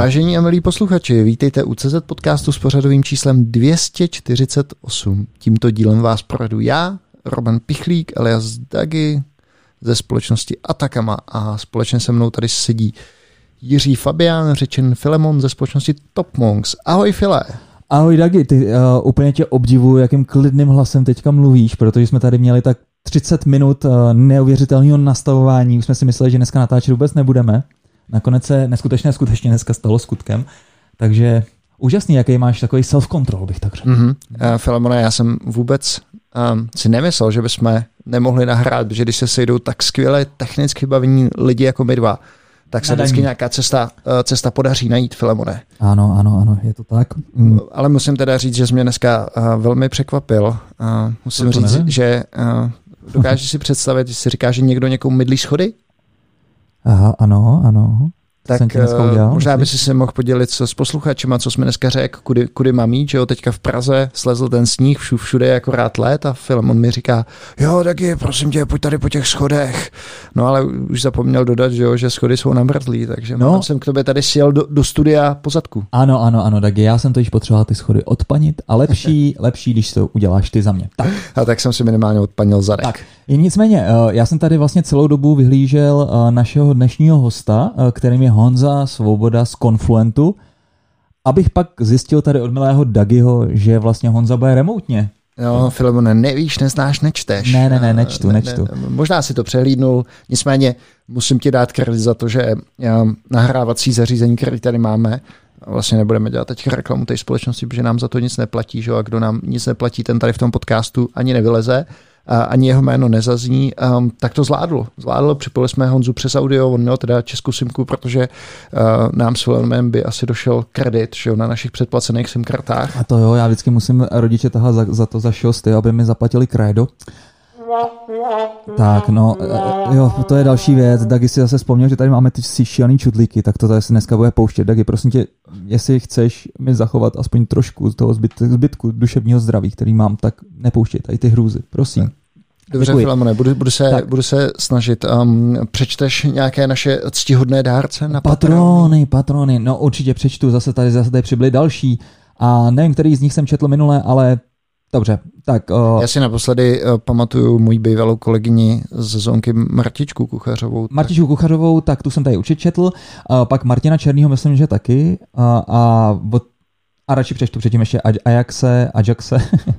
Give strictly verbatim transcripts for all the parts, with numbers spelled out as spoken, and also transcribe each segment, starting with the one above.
Vážení a milí posluchači, vítejte u C Z podcastu s pořadovým číslem dvě stě čtyřicet osm. Tímto dílem vás provedu já, Roman Pichlík, alias Dagi, ze společnosti Atakama, a společně se mnou tady sedí Jiří Fabián, řečen Filemon ze společnosti Top Monks. Ahoj File. Ahoj Dagi, ty uh, úplně tě obdivuju, jakým klidným hlasem teďka mluvíš, protože jsme tady měli tak třicet minut uh, neuvěřitelného nastavování, už jsme si mysleli, že dneska natáčet vůbec nebudeme. Nakonec se neskutečně, skutečně dneska stalo skutkem, takže úžasný, jaký máš takový self-control, bych tak řekl. Mm-hmm. Uh, Filemone, já jsem vůbec um, si nemyslel, že bychom nemohli nahrát, protože když se sejdou tak skvěle technicky bavení lidi jako my dva, tak se vždycky nějaká cesta, cesta podaří najít, Filemone. Ano, ano, ano, je to tak. Mm. Ale musím teda říct, že jsi mě dneska uh, velmi překvapil. Uh, musím to říct, nevím. že uh, dokážeš si představit, že si říká, že někdo někomu mydlí schody? Aha, ano, ano. Tak udělal, možná by si se mohl podělit s posluchačima, co jsme dneska řekl, kudy, kudy mám jít, že jo, teďka v Praze slezl ten sníh, všude, všude je akorát let a Filemon mi říká, jo, taky, prosím tě, pojď tady po těch schodech. No ale už zapomněl dodat, že jo, že schody jsou namrzlý, takže no. jsem k tobě tady sjel do, do studia po zadku. Ano, ano, ano, taky já jsem to již potřeboval ty schody odpanit a lepší, lepší, když to uděláš ty za mě. Tak. A tak jsem si minimálně odpanil zadek. Tak. Nicméně, já jsem tady vlastně celou dobu vyhlížel našeho dnešního hosta, kterým je Honza Svoboda z Confluentu, abych pak zjistil tady od milého Dagiho, že vlastně Honza bude remotně. No, Filemone, nevíš, neznáš, nečteš. Ne, ne, ne, nečtu, ne, nečtu. Ne, možná si to přehlídnul, nicméně musím ti dát kredit za to, že nahrávací zařízení, které tady máme, vlastně nebudeme dělat teď reklamu té společnosti, protože nám za to nic neplatí, že? A kdo nám nic neplatí, ten tady v tom podcastu ani nevyleze, a ani jeho jméno nezazní, um, tak to zvládlo. Zvládlo, připojili jsme Honzu přes audio, on měl teda českou simku, protože uh, nám s Filemonem by asi došel kredit, že jo, na našich předplacených SIM kartách. A to jo, já vždycky musím rodiče tahat za, za to za šosty, aby mi zaplatili krédo. Tak, no, jo, to je další věc. Dagi si zase vzpomněl, že tady máme ty šílený čudlíky, tak to tady se dneska bude pouštět. Dagi, prosím tě, jestli chceš mi zachovat aspoň trošku toho zbyt, zbytku duševního zdraví, který mám, tak nepouštěj tady ty hrůzy, prosím. Dobře, Filemone, budu, budu, se, budu se snažit. Um, přečteš nějaké naše ctihodné dárce na patrony? Patrony, no určitě přečtu, zase tady, zase tady přibyly další a nevím, který z nich jsem četl minule, ale dobře, tak... Uh, Já si naposledy uh, pamatuju můj bývalou kolegyni z zónky Martičku Kuchařovou. Martičku Kuchařovou, tak tu jsem tady určitě četl, uh, pak Martina Černýho myslím, že taky uh, a, a radši přečtu předtím ještě Ajaxe, Ajaxe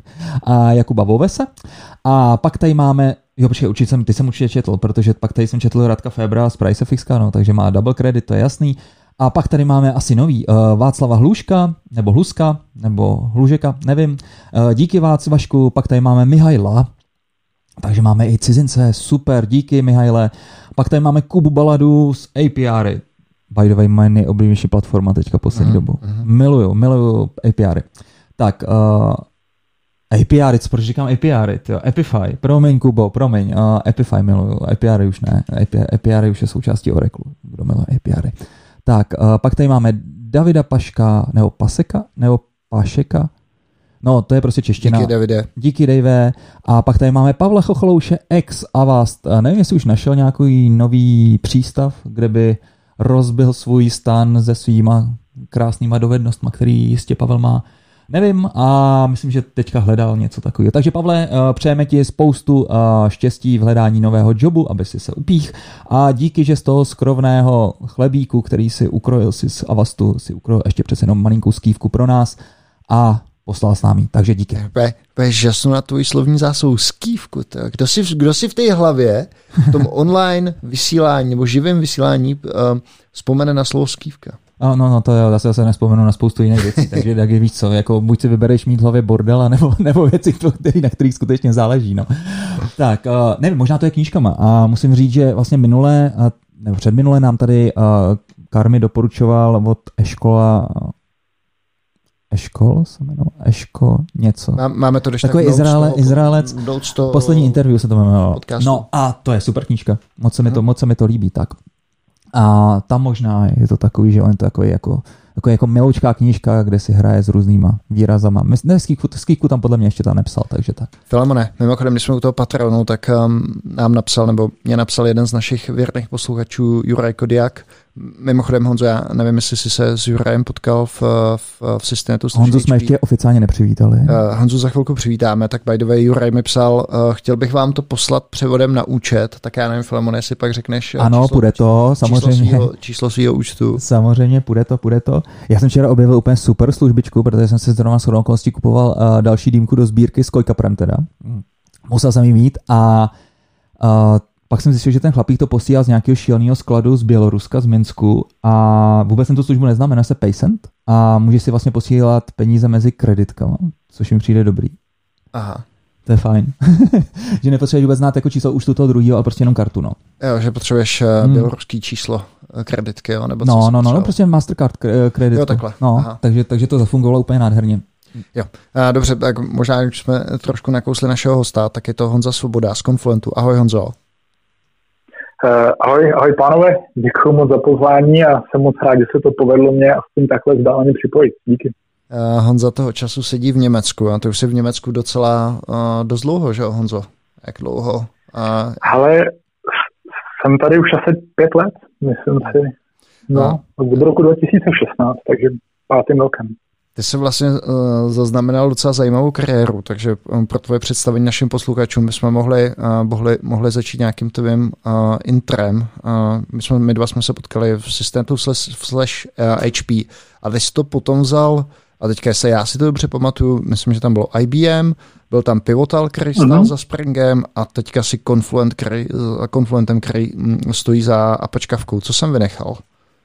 a Jakuba Vovese a pak tady máme, jo počkej, určitě jsem, ty jsem určitě četl, protože pak tady jsem četl Radka Febra z Pricefixka, no, takže má double credit, to je jasný. A pak tady máme asi nový uh, Václava Hluška, nebo Hluska, nebo Hlužeka, nevím. Uh, díky Václašku, pak tady máme Mihajla, takže máme i cizince, super, díky Mihajle. Pak tady máme Kubu Baladu z A P R. By the way, moje nejoblíbenější platforma teďka poslední mm, dobu. Mm. Miluju, miluju A P R. Tak, uh, A P R, proč říkám A P R? Tyjo, Epify, promiň Kubo, promiň, uh, Epify miluju, A P R už ne, A P R už je součástí Oracle, kdo miluje A P R. Tak, uh, pak tady máme Davida Paška, nebo Paseka, nebo Pašeka. No, to je prostě čeština. Díky, Davide. Díky, Dave. A pak tady máme Pavla Chocholouše, ex Avast. Nevím, jestli už našel nějaký nový přístav, kde by rozbil svůj stan se svýma krásnýma dovednostma, který jistě Pavel má. Nevím a myslím, že teďka hledal něco takového. Takže Pavle, přejeme ti spoustu štěstí v hledání nového jobu, aby si se upích a díky, že z toho skrovného chlebíku, který si ukrojil si z Avastu, si ukrojil ještě přece jenom malinkou skývku pro nás a poslal s námi. Takže díky. Pe, žasnu na tvoji slovní zásobu skývku. Tak. Kdo, si, kdo si v té hlavě v tom online vysílání nebo živém vysílání uh, vzpomene na slovo skývka? No, no, no, to jo, zase se nespomenu na spoustu jiných věcí, takže taky víš co, jako buď si vybereš mít v hlavě bordela, nebo, nebo věci, který, na kterých skutečně záleží, no. Tak, uh, nevím, možná to je knížkama a musím říct, že vlastně minule, uh, nebo předminule nám tady uh, Karmi doporučoval od Eškola, Eškol se jmenoval, Eško něco. Máme to ještě takový Izraele, Izraelec, toho, poslední interview se to jmenovalo. Podcastu. No a to je super knížka, moc se mi to, moc se mi to líbí, tak. A tam možná je to takový, že on je to takový jako, jako, jako miloučká knížka, kde si hraje s různýma výrazama. Ne, Skýku, Skýku tam podle mě ještě tam nepsal, takže tak. Filemone, mimochodem, když jsme u toho Patronu, tak um, nám napsal, nebo mě napsal jeden z našich věrných posluchačů, Juraj Kodiak, Mimochodem, Honzo, já nevím, jestli jsi se s Jurajem potkal v, v, v Systenetu. Honzu jsme ještě oficiálně nepřivítali. Uh, Honzu za chvilku přivítáme, tak by the way, Juraj mi psal, uh, chtěl bych vám to poslat převodem na účet, tak já nevím, Filemone, jestli pak řekneš ano, číslo, půjde to, samozřejmě. Číslo svýho účtu. Samozřejmě, půjde to, půjde to. Já jsem včera objevil úplně super službičku, protože jsem si zrovna shodou okolností kupoval uh, další dýmku do sbírky s Kojkaprem teda. Musel jsem ji mít a uh, pak jsem zjistil, že ten chlapík to posílal z nějakého šíleného skladu z Běloruska, z Minsku a vůbec jsem tu službu neznám, jmenuje se Paysend a můžeš si vlastně posílat peníze mezi kreditkama, což mi přijde dobrý. Aha. To je fajn. Že nepotřebuješ vůbec znát jako číslo účtu toho druhého, ale prostě jenom kartu, no. Jo, že potřebuješ hmm. běloruský číslo kreditky, jo? Nebo co no, no, no, no, prostě Mastercard kreditku. Jo, takhle. No, takže, takže to zafungovalo úplně nádherně. Jo, a dobře, tak možná už jsme trošku nakousli našeho hosta, tak je to Honza Svoboda z Confluentu. Ahoj, Honzo. Ahoj, ahoj pánové, děkuji moc za pozvání a jsem moc rád, že se to povedlo mě a s tím takhle vzdáleně připojit. Díky. Uh, Honza toho času sedí v Německu a ty už jsi v Německu docela uh, dost dlouho, že jo, Honzo? Jak dlouho? Uh... Ale jsem tady už asi pět let, myslím si. No, od roku dva tisíce šestnáct, takže pátým rokem. Ty jsi vlastně uh, zaznamenal docela zajímavou kariéru, takže um, pro tvoje představení našim posluchačům bychom mohli, uh, mohli, mohli začít nějakým tvým uh, intrem. Uh, my, jsme, my dva jsme se potkali v Systenetu slash H P a ty jsi to potom vzal, a teďka se já si to dobře pamatuju, myslím, že tam bylo I B M, byl tam Pivotal, který stál mm-hmm. za Springem a teďka si Confluent, který, Confluentem, který stojí za Apačkavkou. Co jsem vynechal?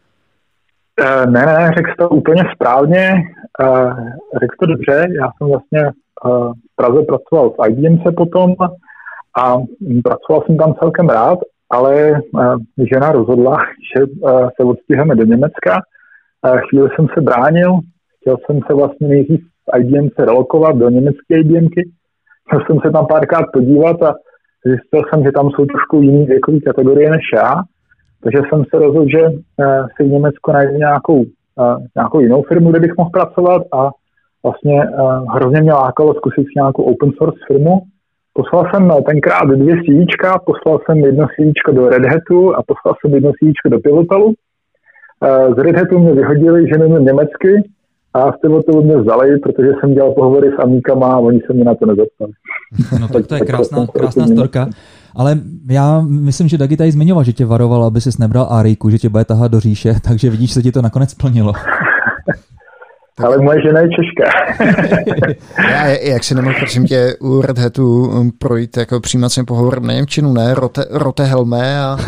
Uh, ne, ne, řekl jsi to úplně správně, uh, řekl jsi to dobře, já jsem vlastně uh, v Praze pracoval v I B M se potom a pracoval jsem tam celkem rád, ale uh, žena rozhodla, že uh, se odstěhujeme do Německa, uh, chvíli jsem se bránil, chtěl jsem se vlastně nejdřív v I B M se relokovat do německé I B M ky, chtěl jsem se tam párkrát podívat a zjistil jsem, že tam jsou trošku jiný věkové kategorie než já. Takže jsem se rozhodl, že uh, si v Německu najdu nějakou, uh, nějakou jinou firmu, kde bych mohl pracovat a vlastně uh, hrozně mě lákalo zkusit si nějakou open source firmu. Poslal jsem tenkrát dvě CVčka, poslal jsem jedno CVčko do Red Hatu a poslal jsem jedno CVčko do Pivotalu. Uh, z Red Hatu mě vyhodili, že nemím německy a z Pivotalu mě vzali, protože jsem dělal pohovory s amíkama a oni se mě na to nezaptali. No tak to je krásná, krásná storka. Ale já myslím, že Dagi tady zmiňoval, že tě varoval, aby ses nebral Árijku, že tě bude tahat do říše, takže vidíš, se ti to nakonec splnilo. Ale moje žena je Češka. Já, jak si nemohl, prosím tě, u Red Hatu projít jako přijímacím pohovorem na němčinu, ne? Rote, rote helme a...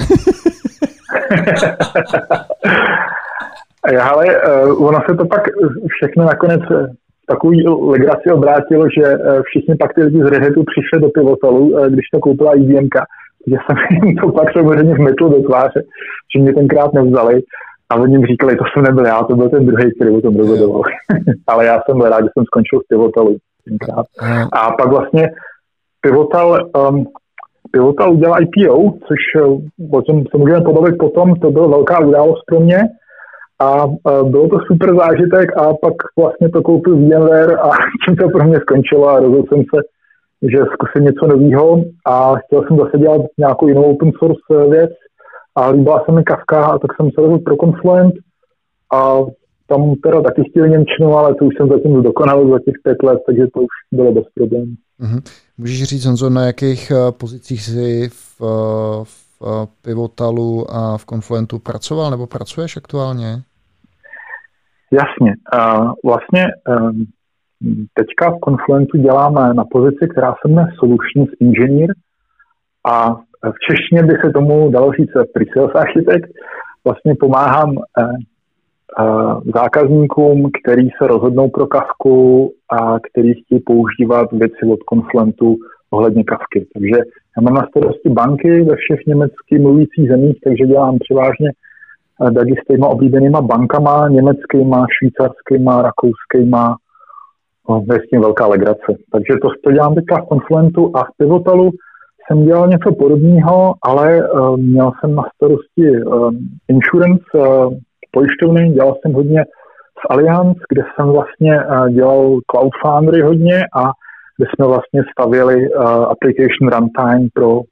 Ale uh, ono se to pak všechno nakonec takový legraci obrátilo, že všichni pak ty lidi z Red Hatu přišli do Pivotalu, když to koupila I B M ka, že jsem jim to pak samozřejmě vmetl do tváře, že mě tenkrát nevzali a oni jim říkali, to jsem nebyl já, to byl ten druhý, který o tom rozhodoval. Ale já jsem byl rád, že jsem skončil v Pivotalu tenkrát. A pak vlastně Pivotal, um, Pivotal udělal I P O, což o tom se můžeme pobavit potom, to byla velká událost pro mě. A bylo to super zážitek a pak vlastně to koupil VMware a tím to pro mě skončilo a rozhodl jsem se, že zkusím něco nového a chtěl jsem zase dělat nějakou jinou open source věc a líbila se mi Kafka a tak jsem se rozhodl pro Confluent a tam teda taky chtěli němčinu, ale to už jsem zatím dokonal za těch pět let, takže to už bylo bez problémů. Mm-hmm. Můžeš říct, Honzo, na jakých pozicích jsi v, v Pivotalu a v Confluentu pracoval nebo pracuješ aktuálně? Jasně. Uh, vlastně uh, teďka v Confluentu děláme na pozici, která se jmenuje Solutions Engineer a v češtině by se tomu dalo říct pre-sales architekt. Vlastně pomáhám uh, uh, zákazníkům, který se rozhodnou pro Kafku a který chtějí používat věci od Confluentu ohledně Kafky. Takže já mám na starosti banky ve všech německy mluvících zemích, takže dělám převážně Dagi s těma oblíbenýma bankama, německýma, švýcarskýma, rakouskýma, no, je s tím velká legrace. Takže to, to dělám teďka v Confluentu a v Pivotalu jsem dělal něco podobného, ale uh, měl jsem na starosti uh, insurance, uh, pojišťovny, dělal jsem hodně v Allianz, kde jsem vlastně uh, dělal Cloud Foundry hodně a kde jsme vlastně stavěli uh, application runtime pro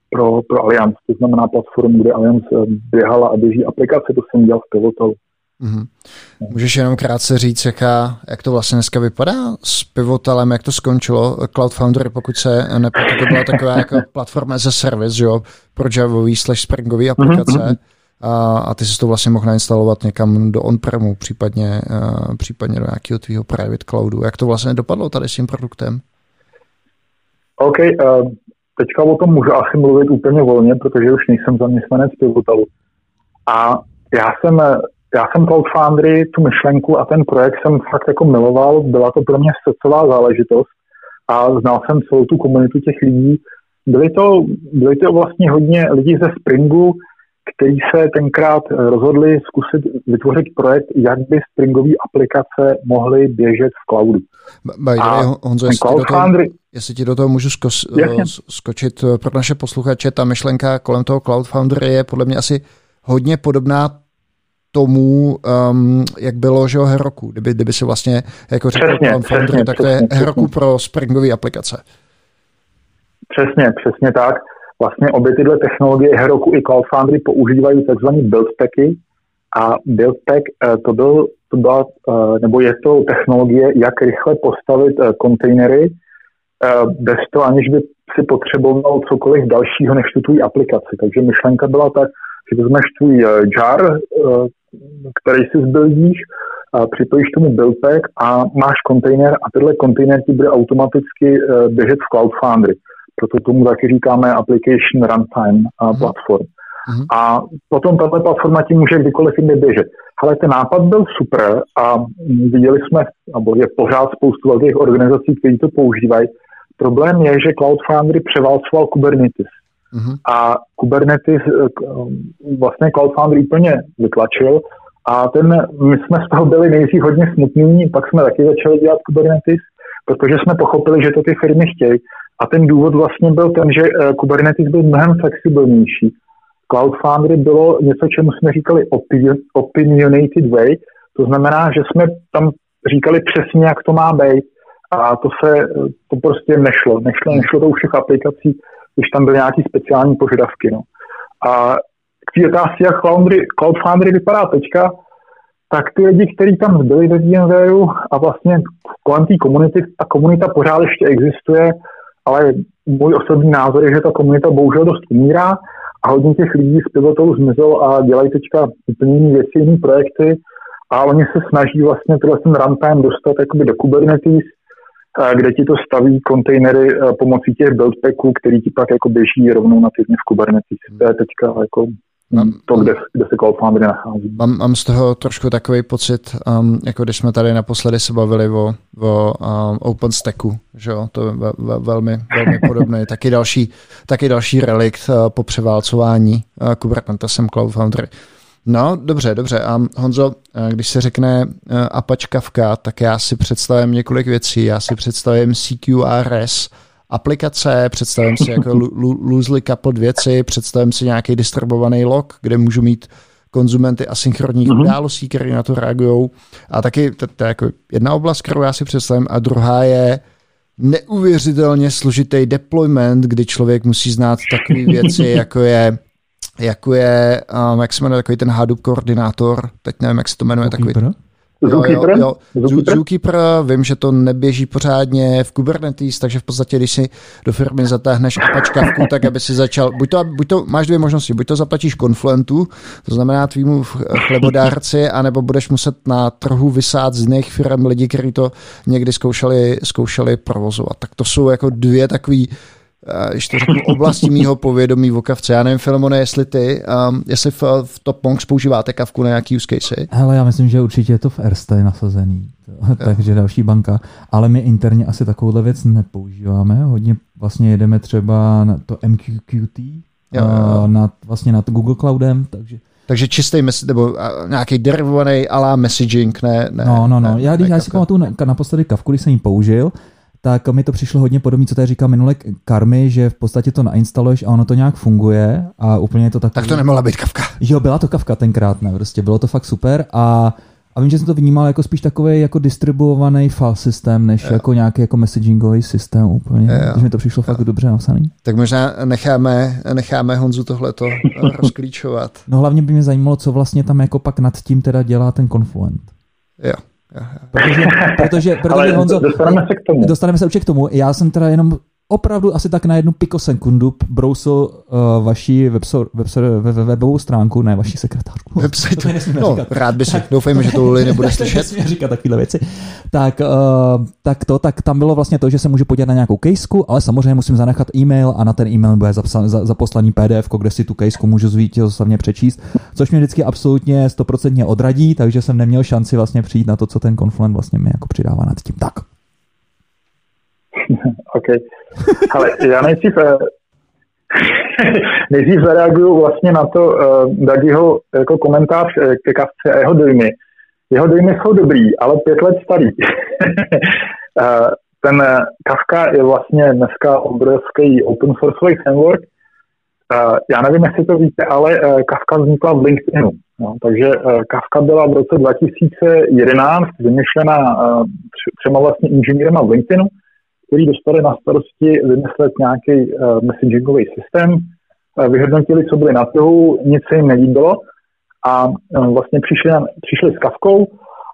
pro, pro Allianz, to znamená platformu, kde Allianz běhala a běží aplikace, to jsem dělal v Pivotalu. Mm-hmm. Můžeš jenom krátce říct, jaká, jak to vlastně dneska vypadá s Pivotalem, jak to skončilo? Cloud Foundry, pokud se nepletu, to byla taková jako platforma as a service, že jo, pro javový slash springový aplikace mm-hmm. a, a ty jsi to vlastně mohl nainstalovat někam do on-premu, případně, uh, případně do nějakého tvýho private cloudu. Jak to vlastně dopadlo tady s tím produktem? OK, uh, teďka o tom můžu asi mluvit úplně volně, protože už nejsem zaměstnanec Pivotalu. A já jsem Já jsem Cloud Foundry, tu myšlenku a ten projekt jsem fakt jako miloval, byla to pro mě srdcová záležitost a znal jsem celou tu komunitu těch lidí. Byli to, byli to vlastně hodně lidí ze Springu, kteří se tenkrát rozhodli zkusit vytvořit projekt, jak by Springové aplikace mohly běžet v cloudu. By the way, Honzo, jestli, Cloud toho, Foundry, jestli ti do toho můžu skos, skočit pro naše posluchače, ta myšlenka kolem toho Cloud Foundry je podle mě asi hodně podobná tomu, um, jak bylo, že o Heroku. Kdyby, kdyby si vlastně jako řekl Cloud Foundry, tak to je Heroku pro Springové aplikace. Přesně, přesně tak. Vlastně obě tyhle technologie Heroku i Cloud Foundry používají takzvané buildpacky a buildpack to, byl, to byla, nebo je to technologie, jak rychle postavit kontejnery bez toho, aniž by si potřeboval cokoliv dalšího než tu tvůj aplikaci. Takže myšlenka byla tak, že vezmeš tvůj jar, který si zbuildíš, připojíš tomu buildpack a máš kontejner a tenhle kontejner ti bude automaticky běžet v Cloud Foundry. Proto tomu taky říkáme Application Runtime mm. platform. Mm. A potom tato platforma ti může kdykoliv jinde běžet. Ale ten nápad byl super a viděli jsme, nebo je pořád spoustu velkých organizací, kteří to používají. Problém je, že Cloud Foundry převálcoval Kubernetes. Mm. A Kubernetes vlastně Cloud Foundry úplně vytlačil a ten, my jsme z toho byli nejdřív hodně smutní, pak jsme taky začali dělat Kubernetes, protože jsme pochopili, že to ty firmy chtějí. A ten důvod vlastně byl ten, že Kubernetes byl mnohem flexibilnější. Cloud Foundry bylo něco, čemu jsme říkali opinionated way, to znamená, že jsme tam říkali přesně, jak to má být. A to se, to prostě nešlo. Nešlo, nešlo to u všech aplikací, když tam byly nějaké speciální požadavky. No. A k té otázce, jak Cloud Foundry vypadá teďka, tak ty lidi, kteří tam byli ve VMwareu a vlastně kolem té komunity, ta komunita pořád ještě existuje, ale můj osobní názor je, že ta komunita bohužel dost umírá a hodně těch lidí z Pivotalu zmizelo a dělají teďka úplně jiné věci, jiné projekty a oni se snaží vlastně tenhle ten runtime dostat jakoby do Kubernetes, kde ti to staví kontejnery pomocí těch buildpacků, který ti pak jako běží rovnou nativně v Kubernetes. To je teďka jako mám, to, kde, kde se Cloud Foundry nachází. Mám, mám z toho trošku takový pocit, um, jako když jsme tady naposledy se bavili o, o um, OpenStacku, že jo, to je ve, ve, velmi, velmi podobné. Taky další, taky další relikt uh, po převálcování uh, Kubernetesem Cloud Foundry. No, dobře, dobře. A Honzo, když se řekne uh, Apache Kafka, tak já si představím několik věcí. Já si představím C Q R S, aplikace, představím si jako loosely coupled věci, představím si nějaký distribuovaný log, kde můžu mít konzumenty asynchronních mm-hmm. událostí, které na to reagují. A taky to, to je jako jedna oblast, kterou já si představím. A druhá je neuvěřitelně složitý deployment, kdy člověk musí znát takové věci, jako je jako je, um, jak se jmenuje takový ten Hadoop koordinátor, teď nevím, jak se to jmenuje, takový. Zookeeper? Jo, jo, jo. Zookeeper, vím, že to neběží pořádně v Kubernetes, takže v podstatě, když si do firmy zatáhneš Apache Kafku, tak aby si začal, buď to, buď to, máš dvě možnosti, buď to zaplatíš Confluentu, to znamená tvýmu chlebodárci, anebo budeš muset na trhu vysát z jiných firm lidi, kteří to někdy zkoušeli, zkoušeli provozovat. Tak to jsou jako dvě takový, když to řeknu, oblasti mýho povědomí o kavce. Já nevím, Filemone, jestli ty, um, jestli v, v Top Monks používáte kavku na nějaký use casey? Hele, já myslím, že určitě je to v Erste nasazený, takže další banka, ale my interně asi takovouhle věc nepoužíváme, hodně vlastně jedeme třeba na to M Q Q T, jo, jo. Nad, vlastně nad Google Cloudem, takže Takže čistý mes- nebo nějaký derivovaný a la messaging, ne? ne no, no, no. Ne, já, když, já si pamatuju na, naposledy Kafku, když jsem ji použil, tak mi to přišlo hodně podobné, co tady říkal minule Karmy, že v podstatě to nainstaluješ a ono to nějak funguje a úplně je to takový... Tak to nemohla být Kafka. Jo, byla to Kafka tenkrát, ne, prostě bylo to fakt super a, A vím, že jsem to vnímal jako spíš takový jako distribuovaný file systém, než jo. jako nějaký jako messagingový systém úplně. Takže mi to přišlo jo. fakt dobře napsaný. Tak možná necháme, necháme Honzu tohleto rozklíčovat. No hlavně by mě zajímalo, co vlastně tam jako pak nad tím teda dělá ten Confluent. Jo. jo, jo. Protože, protože, protože Honzo, dostaneme se k tomu. Dostaneme se určitě k tomu. Já jsem teda jenom opravdu asi tak na jednu pikosekundu brousil uh, vaši webso- webso- web- webovou stránku, ne vaši sekretářku. Website. No, rád by si. Doufejme, že to Luli nebude slyšet. Nesmím říkat takovéhle věci. Tak, uh, tak to, tak tam bylo vlastně to, že se můžu podívat na nějakou kejsku, ale samozřejmě musím zanechat e-mail a na ten e-mail bude zapsa- za- zaposlaný P D F, kde si tu kejsku můžu vítězoslavně přečíst, což mě vždycky absolutně stoprocentně odradí, takže jsem neměl šanci vlastně přijít na to, co ten Confluent vlastně mi jako přidává nad tím. Tak. OK. Ale já nejdřív, nejdřív zareaguju vlastně na to uh, Dagiho jako komentář ke Kafce a jeho dojmy. Jeho dojmy jsou dobrý, ale pět let starý. uh, ten Kafka je vlastně dneska obrovský open sourceový framework. Uh, já nevím, jestli to víte, ale uh, Kafka vznikla v LinkedInu. No, takže uh, Kafka byla v roce dva tisíce jedenáct vymyšlená uh, třema vlastně inženýrama v LinkedInu, který dostali na starosti vymyslet nějaký uh, messagingový systém, uh, vyhodnotili, co byli na trhu, nic se jim nelíbilo a uh, vlastně přišli, na, přišli s Kafkou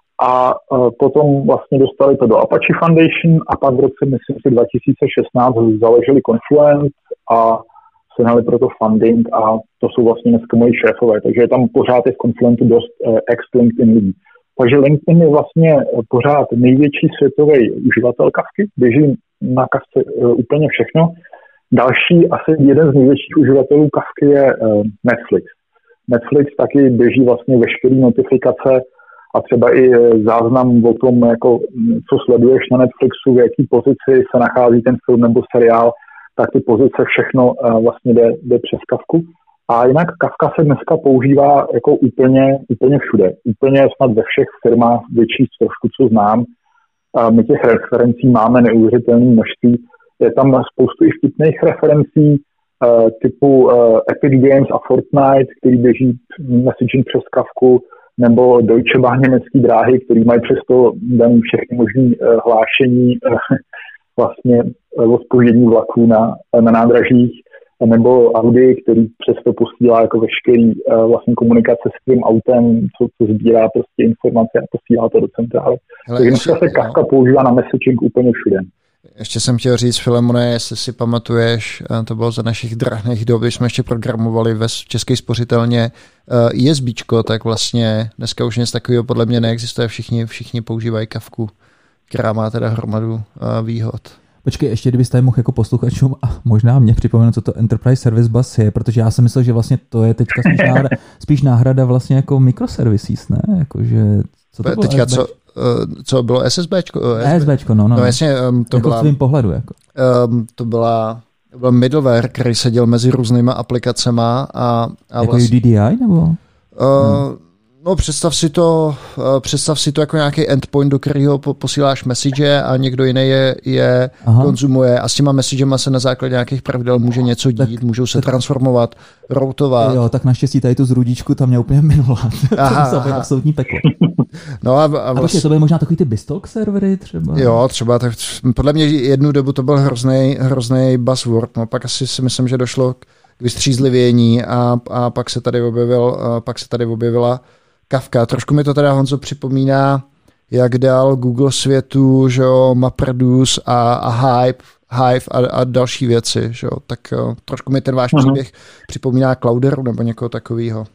a uh, potom vlastně dostali to do Apache Foundation a pak v roce, myslím si, dva tisíce šestnáct založili Confluent a sehnali pro to funding a to jsou vlastně dneska moji šéfové, takže tam pořád je v Confluentu dost uh, ex-LinkedIn lidí. Takže LinkedIn je vlastně pořád největší světový uživatel Kafky, běží na Kafce uh, úplně všechno. Další, asi jeden z největších uživatelů Kafky je uh, Netflix. Netflix taky běží vlastně veškeré notifikace a třeba i záznam o tom, jako, co sleduješ na Netflixu, v jaký pozici se nachází ten film nebo seriál, tak ty pozice všechno uh, vlastně jde, jde přes Kafku. A jinak Kafka se dneska používá jako úplně, úplně všude. Úplně snad ve všech firmách větších trošku, co znám. A my těch referencí máme neuvěřitelné množství. Je tam spoustu i vtipných referencí uh, typu uh, Epic Games a Fortnite, který běží messaging přes Kafku, nebo Deutsche Bahn německý dráhy, který mají přesto daný všechny možné uh, hlášení uh, vlastně uh, o zpoždění vlaků na, na nádražích, nebo Audi, který přesto posílá jako veškerý uh, vlastně komunikace s tím autem, co, co sbírá prostě informace a posílá to do centrály. Takže dneska se Kafka no. používá na messaging úplně všude. Ještě jsem chtěl říct, Filemone, jestli si pamatuješ, to bylo za našich drahných dob, když jsme ještě programovali ve České spořitelně ISBčko, tak vlastně dneska už nic takového podle mě neexistuje, všichni, všichni používají Kafku, která má teda hromadu výhod. Počkej, ještě kdybyste tady mohl jako posluchačům a možná mě připomenout, co to Enterprise Service Bus je, protože já jsem myslel, že vlastně to je teďka spíš náhrada, spíš náhrada vlastně jako microservices, ne? Jakože, co to bylo? Teďka co, co bylo SSBčko? SSBčko, no, no. No jasně, um, to jako byla... svým pohledu, jako. Um, to byla... To byl middleware, který seděl mezi různýma aplikacema a... a jako vlastně, U D D I, nebo? Uh, hmm. No představ si to, představ si to jako nějaký endpoint, do kterého posíláš message a někdo jiný je, je konzumuje a s těma messagema se na základě nějakých pravidel může něco dít, tak, můžou se tak, transformovat, routovat. Jo, tak naštěstí tady tu zrudičku tam mě úplně minula. To muselo být absolutní peklo. No a, a, a vlastně to byly možná takový ty BizTalk servery třeba? Jo, třeba, tak podle mě jednu dobu to byl hrozný, hrozný buzzword, no pak asi si myslím, že došlo k vystřízlivění a, a pak se tady objevil, pak se tady objevila Kafka. Trošku mi to teda, Honzo, připomíná, jak dal Google světu, že jo, MapReduce a, a Hive, Hive a, a další věci, že jo. Tak jo, trošku mi ten váš uh-huh. příběh připomíná Clouderu nebo někoho takového.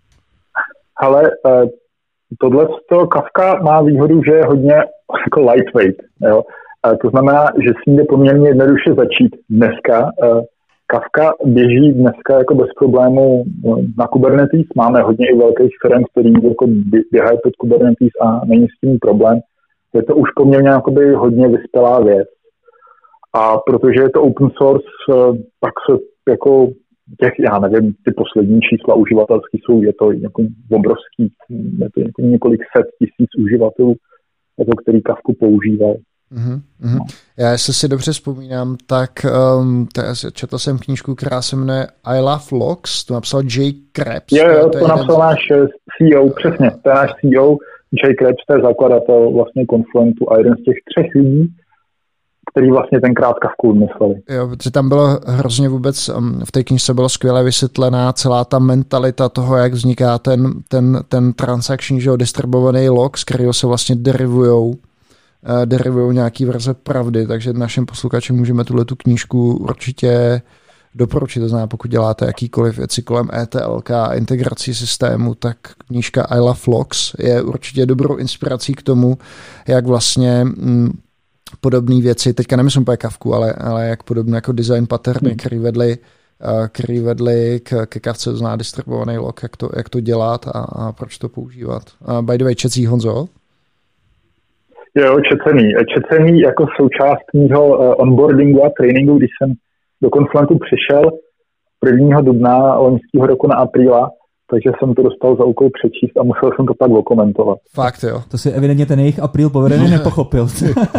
Ale uh, tohle Kafka má výhodu, že je hodně jako lightweight, jo. Uh, to znamená, že s ní jde poměrně jednoduše začít dneska. Uh, Kafka běží dneska jako bez problémů na Kubernetes. Máme hodně i velkých firm, který jako běhají pod Kubernetes a není s tím problém. Je to už poměrně jakoby hodně vyspělá věc. A protože je to open source, tak se jako těch, já nevím, ty poslední čísla uživatelský jsou, je to jako obrovský, je to jako několik set tisíc uživatelů, jako který Kafku používají. Uhum, uhum. Já jestli si dobře vzpomínám, tak um, četl jsem knížku, která se jmenuje I Love Logs, to napsal Jay Krebs. Jo, jo, to, to napsal jeden... náš C E O, přesně, to je náš C E O, Jay Krebs, to je zakladatel vlastně Confluentu a jeden z těch třech lidí, který vlastně tenkrát Kafku vymysleli. Jo, protože tam bylo hrozně vůbec, v té knižce bylo skvěle vysvětlená celá ta mentalita toho, jak vzniká ten, ten, ten transaction, že jo, distribuovaný log, z kterého se vlastně derivujou, derivujou nějaký verze pravdy, takže našim posluchačům můžeme tuhletu knížku určitě doporučit. To znamená, pokud děláte jakýkoliv věci kolem E T L K a integrací systému, tak knížka I Love Logs je určitě dobrou inspirací k tomu, jak vlastně mm, podobné věci, teďka nemyslím úplně Kafku, ale, ale jak podobné jako design patterny, hmm. který vedli, který vedli k, ke Kafce, to znamená distribuovaný log, jak to, jak to dělat a, a proč to používat. A by the way, čecí Honzo? Jo, čecený. Čecený jako součást mýho onboardingu a tréninku, když jsem do Confluentu přišel prvního dubna loňského roku na apríla, takže jsem to dostal za úkol přečíst a musel jsem to pak okomentovat. Fakt, jo. To si evidentně ten jejich apríl povedený nepochopil.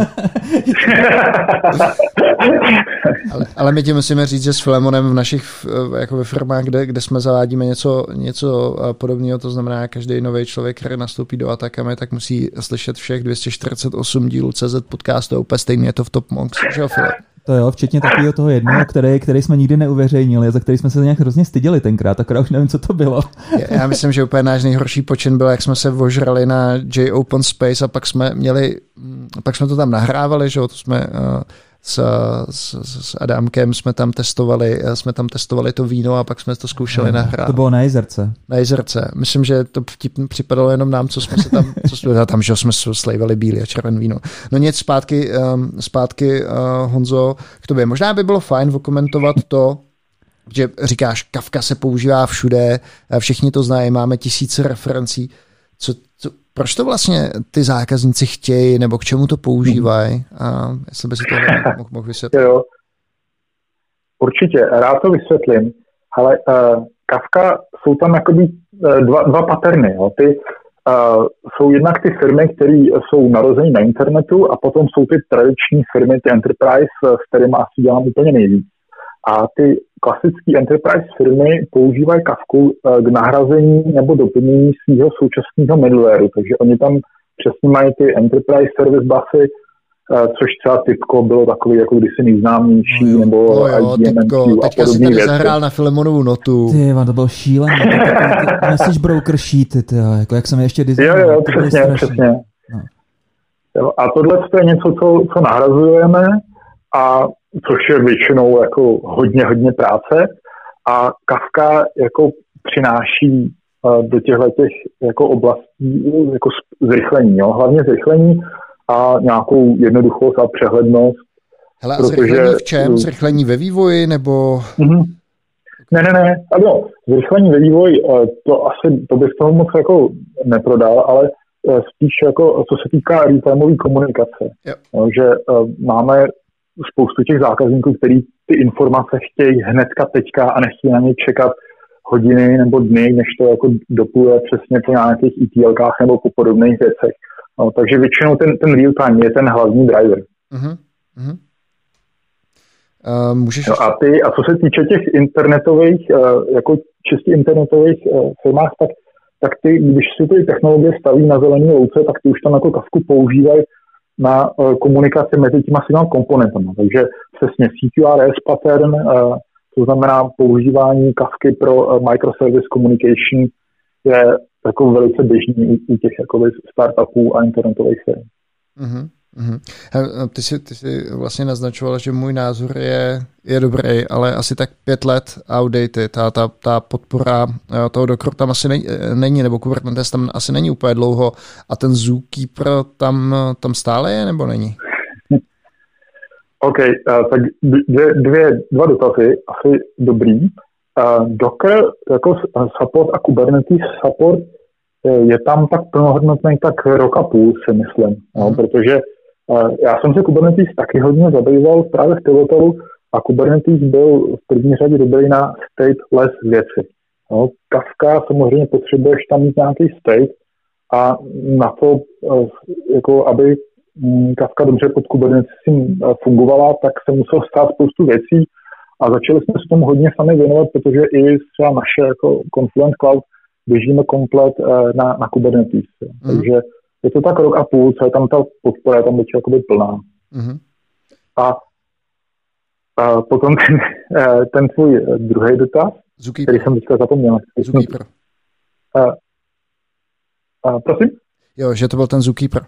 ale, ale my ti musíme říct, že s Filemonem v našich jako ve firmách, kde, kde jsme zavádíme něco, něco podobného, to znamená, každý nový člověk, který nastoupí do Atakamy, tak musí slyšet všech dvě stě čtyřicet osm dílů C Z podcastu a úplně stejně je to v Top Monks, že jo, Filip? To jo, včetně takového toho jednoho, který, který jsme nikdy neuveřejnili, za který jsme se nějak hrozně styděli tenkrát, akorát už nevím, co to bylo. Já myslím, že úplně náš nejhorší počin byl, jak jsme se vožrali na J Open Space a pak jsme měli, pak jsme to tam nahrávali, že jo, to jsme uh, s, s, s Adamkem jsme tam testovali, jsme tam testovali to víno a pak jsme to zkoušeli no, nahrát. To bylo na Jezerce. Na Jezerce. Myslím, že to vtipně připadalo jenom nám, co jsme se tam, co jsme tam, že jsme slejvali bílý a červený víno. No nic, zpátky, um, zpátky uh, Honzo, k tobě. Možná by bylo fajn okomentovat to, že říkáš, Kafka se používá všude, všichni to znají, máme tisíce referencí. Co, co, proč to vlastně ty zákazníci chtějí, nebo k čemu to používají? A jestli by si to mohl, mohl vysvětlit. Jo, určitě, rád to vysvětlím. Ale uh, Kafka, jsou tam jakoby uh, dva, dva paterny. Jo. Ty uh, jsou jednak ty firmy, které jsou narozeny na internetu a potom jsou ty tradiční firmy, ty enterprise, s kterými asi dělám úplně nejvíc. A ty klasické enterprise firmy používají Kafku k nahrazení nebo doplnění svého současného middlewareu, takže oni tam přesně mají ty enterprise service busy, což třeba Typko bylo takový jako kdysi nejznámější, no nebo no jo, Typko, teďka si tady věci. Zahrál na Filemonovu notu. Ty, to bylo šílené, message broker sheety, ty, jako jak jsem ještě designoval. Jo, jo, přesně, přesně. No. Jo, a tohle je něco, co, co nahrazujeme, a což je většinou jako hodně, hodně práce a Kafka jako přináší do těchto těch jako oblastí jako zrychlení, jo? Hlavně zrychlení a nějakou jednoduchost a přehlednost. Hele, a protože... zrychlení v čem? Zrychlení ve vývoji nebo... Mm-hmm. Ne, ne, ne, ano, zrychlení ve vývoji, to asi, to bych toho moc jako neprodal, ale spíš jako, co se týká real-timeové komunikace, jo. Že máme spoustu těch zákazníků, který ty informace chtějí hnedka teďka a nechtějí na ně čekat hodiny nebo dny, než to jako dopluje přesně po nějakých E T L kách nebo po podobných věcech. No, takže většinou ten, ten real time je ten hlavní driver. Uh-huh. Uh-huh. Uh, můžeš... no, a, ty, a co se týče těch internetových, uh, jako čistě internetových uh, firmách, tak, tak ty, když si ty technologie staví na zelený louce, tak ty už tam jako Kafku používají na uh, komunikaci mezi těma signál komponentama. Takže přesně C Q R S pattern, uh, to znamená používání Kafky pro uh, microservice communication je jako velice běžný u těch jakoby startupů a internetových firm. Uh-huh, uh-huh. Ty jsi, ty jsi vlastně naznačoval, že můj názor je, je dobrý, ale asi tak pět let outdated. Ta, ta, ta podpora toho Docker tam asi není, není, nebo Kubernetes tam asi není úplně dlouho. A ten Zookeeper tam, tam stále je, nebo není? OK, uh, tak dvě, dvě, dva dotazy, asi dobrý. Uh, Docker jako support a Kubernetes support je tam tak plnohodnotný tak rok a půl, si myslím. No, mm. Protože uh, já jsem se Kubernetes taky hodně zabýval právě v pilotu a Kubernetes byl v první řadě dobrý na stateless věci. No, Kafka samozřejmě potřebuješ tam mít nějaký state a na to, uh, jako aby um, Kafka dobře pod Kubernetesem uh, fungovala, tak se musel stát spoustu věcí a začali jsme se tomu hodně sami věnovat, protože i třeba naše jako Confluent Cloud běžíme komplet uh, na, na Kubernetes. Mm. Takže je to tak rok a půl, co je tam ta podpora, je tam teď jakoby plná. Mm-hmm. A, a potom ten, ten tvůj druhý dotaz, Zookeeper. který jsem teďka zapomněl. Zookeeper. A, a, prosím? Jo, že to byl ten Zookeeper.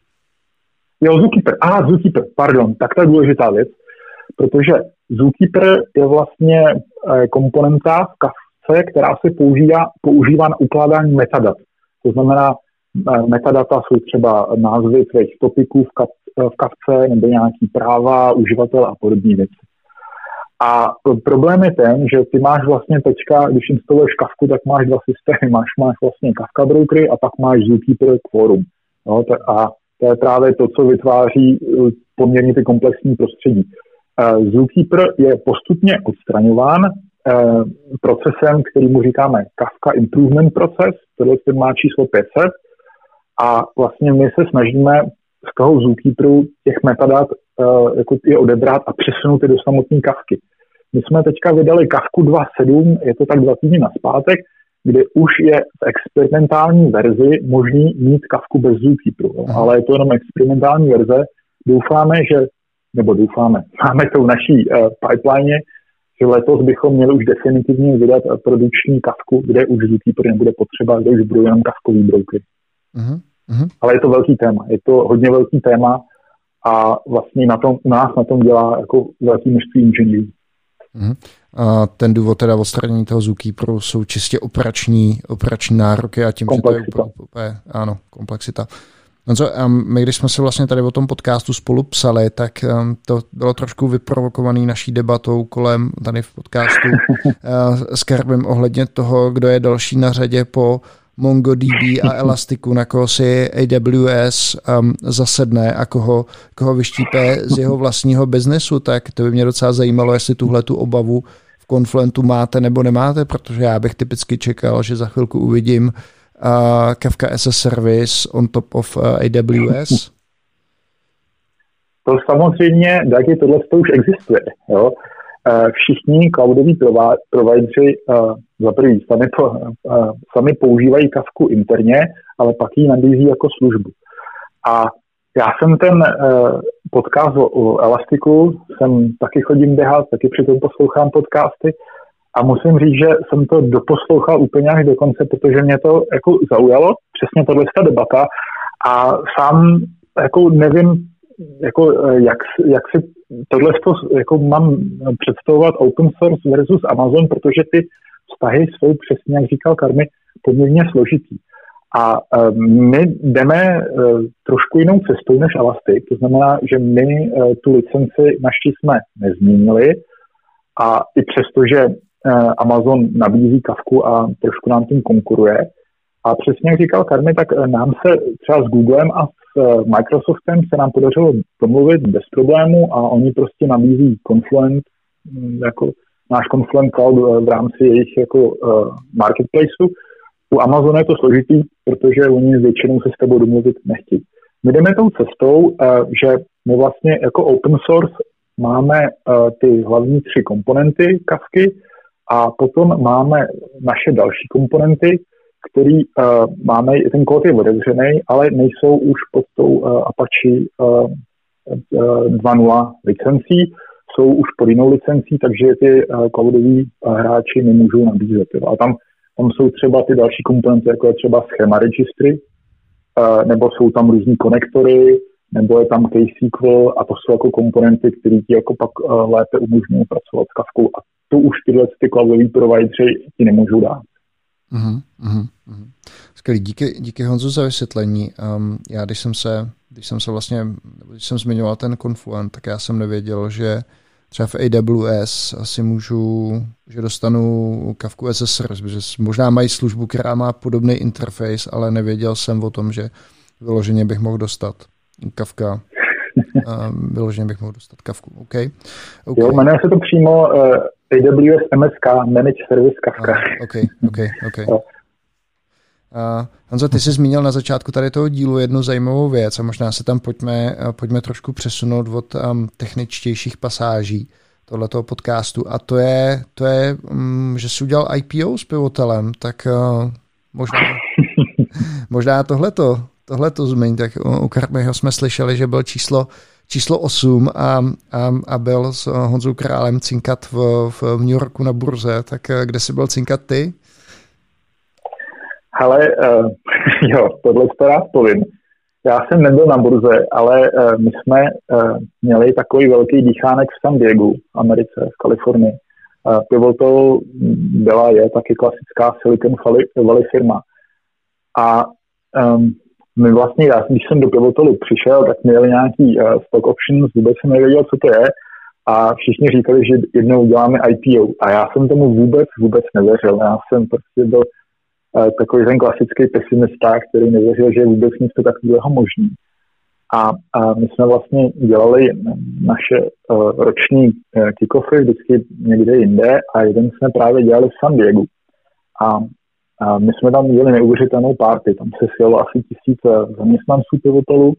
Jo, Zookeeper. Aha, Zookeeper, pardon. Tak to je důležitá věc, protože Zookeeper je vlastně komponenta v Kafce, která se používá, používá na ukládání metadat. To znamená, metadata jsou třeba názvy tvých topiků v, kaf, v Kafce nebo nějaký práva, uživatel a podobné věci. A problém je ten, že ty máš vlastně teďka, když instaluješ Kafku, tak máš dva systémy. Máš, máš vlastně Kafka brokery a pak máš Zookeeper Quorum. No, a to je právě to, co vytváří poměrně ty komplexní prostředí. Zookeeper je postupně odstraňován procesem, kterýmu říkáme Kafka Improvement Process, tohle má číslo pět set, a vlastně my se snažíme z toho Zookeeperu těch metadat jako je odebrat a přesunout je do samotné Kafky. My jsme teďka vydali Kafku dva tečka sedm, je to tak dva týdny nazpátek, kde už je v experimentální verzi možný mít Kafku bez Zookeeperu, ale je to jenom experimentální verze. Doufáme, že, nebo doufáme, máme to v naší uh, pipeline, že letos bychom měli už definitivně vydat produkční Kafku, kde už Zookeeper nebude potřeba, kde už budou jenom kafkový brokery. Uh-huh. Ale je to velký téma, je to hodně velký téma a vlastně na tom, u nás na tom dělá jako velký množství inženýrů. Uh-huh. A ten důvod teda odstranění toho Zookeeperu jsou čistě operační, operační nároky a tím, komplexita. Že to je úplně, ano, komplexita. No co, my když jsme se vlastně tady o tom podcastu spolu psali, tak to bylo trošku vyprovokovaný naší debatou kolem tady v podcastu s Karvem ohledně toho, kdo je další na řadě po MongoDB a Elastiku, na koho si A W S um, zasedne a koho, koho vyštípe z jeho vlastního biznesu, tak to by mě docela zajímalo, jestli tuhle tu obavu v Confluentu máte nebo nemáte, protože já bych typicky čekal, že za chvilku uvidím uh, Kafka as a Service on top of uh, A W S. To samozřejmě, taky tohle to už existuje, jo. Všichni cloudoví provideri uh, za první sami, po, uh, sami používají Kafku interně, ale pak ji nabízí jako službu. A já jsem ten uh, podcast o, o Elastiku, jsem taky chodím běhat, taky přitom poslouchám podcasty a musím říct, že jsem to doposlouchal úplně až do konce, protože mě to jako zaujalo, přesně tato debata a sám jako nevím, jako jak, jak si tohle jako mám představovat open source versus Amazon, protože ty vztahy jsou přesně, jak říkal Karmi, poměrně složitý. A um, my jdeme uh, trošku jinou cestou než Elastic, to znamená, že my uh, tu licenci naši jsme nezměnili a i přesto, že uh, Amazon nabízí Kafku a trošku nám tím konkuruje. A přesně jak říkal Karmi, tak nám se třeba s Googlem a s Microsoftem se nám podařilo domluvit bez problému a oni prostě nabízí Confluent, jako náš Confluent Cloud v rámci jejich jako uh, marketplaceu. U Amazonu je to složitý, protože oni většinou se s tebou domluvit nechtějí. My jdeme tou cestou, uh, že my vlastně jako open source máme uh, ty hlavní tři komponenty Kafky a potom máme naše další komponenty, který uh, máme, ten kód je otevřený, ale nejsou už pod tou uh, Apache uh, uh, dva tečka nula licencí, jsou už pod jinou licencí, takže ty uh, cloudoví uh, hráči nemůžou nabízet. Jo. A tam, tam jsou třeba ty další komponenty, jako je třeba schema registry, uh, nebo jsou tam různý konektory, nebo je tam K-SQL a to jsou jako komponenty, které ti jako pak uh, lépe umožňují pracovat s Kafkou a to už tyhle ty cloudoví provideri ti nemůžou dát. Uhum, uhum, uhum. Skvělý, díky, díky Honzu za vysvětlení. Um, já když jsem se, když jsem se vlastně, když jsem zmiňoval ten Confluent, tak já jsem nevěděl, že třeba v A W S asi můžu, že dostanu Kafku as a Service, protože možná mají službu, která má podobný interface, ale nevěděl jsem o tom, že vyloženě bych mohl dostat Kafka. Um, vyloženě bych mohl dostat Kafku. Okay. Okay. Jo, jmenuje se to přímo uh, A W S M S K, Managed Service Kafka. Ah, ok, ok, ok. Uh, Honzo, ty jsi zmínil na začátku tady toho dílu jednu zajímavou věc a možná se tam pojďme, pojďme trošku přesunout od um, techničtějších pasáží tohletoho podcastu a to je, to je um, že jsi udělal I P O s Pivotalem, tak uh, možná, možná tohleto, tohle to zmiň, tak u Kirbyho jsme slyšeli, že byl číslo, číslo osm a, a, a byl s Honzou Králem cinkat v, v New Yorku na burze, tak kde jsi byl cinkat ty? Hele, uh, jo, tohle to rád povím. Já jsem nebyl na burze, ale uh, my jsme uh, měli takový velký dýchánek v San Diego, v Americe, v Kalifornii. Uh, Pivotal byla, je taky klasická Silicon Valley firma. A um, my vlastně, já, když jsem do Pivotalu přišel, tak měli nějaký uh, stock options, vůbec jsem nevěděl, co to je. A všichni říkali, že jednou uděláme I P O. A já jsem tomu vůbec, vůbec nevěřil. Já jsem prostě byl takový ten klasický pesimista, který nevěřil, že je vůbec něco takového možný. A, a my jsme vlastně dělali naše uh, roční uh, kick-offy vždycky někde jinde a jeden jsme právě dělali v San Diego. A, a my jsme tam měli neuvěřitelnou party. Tam se sjelo asi tisíc zaměstnanců Pivotalu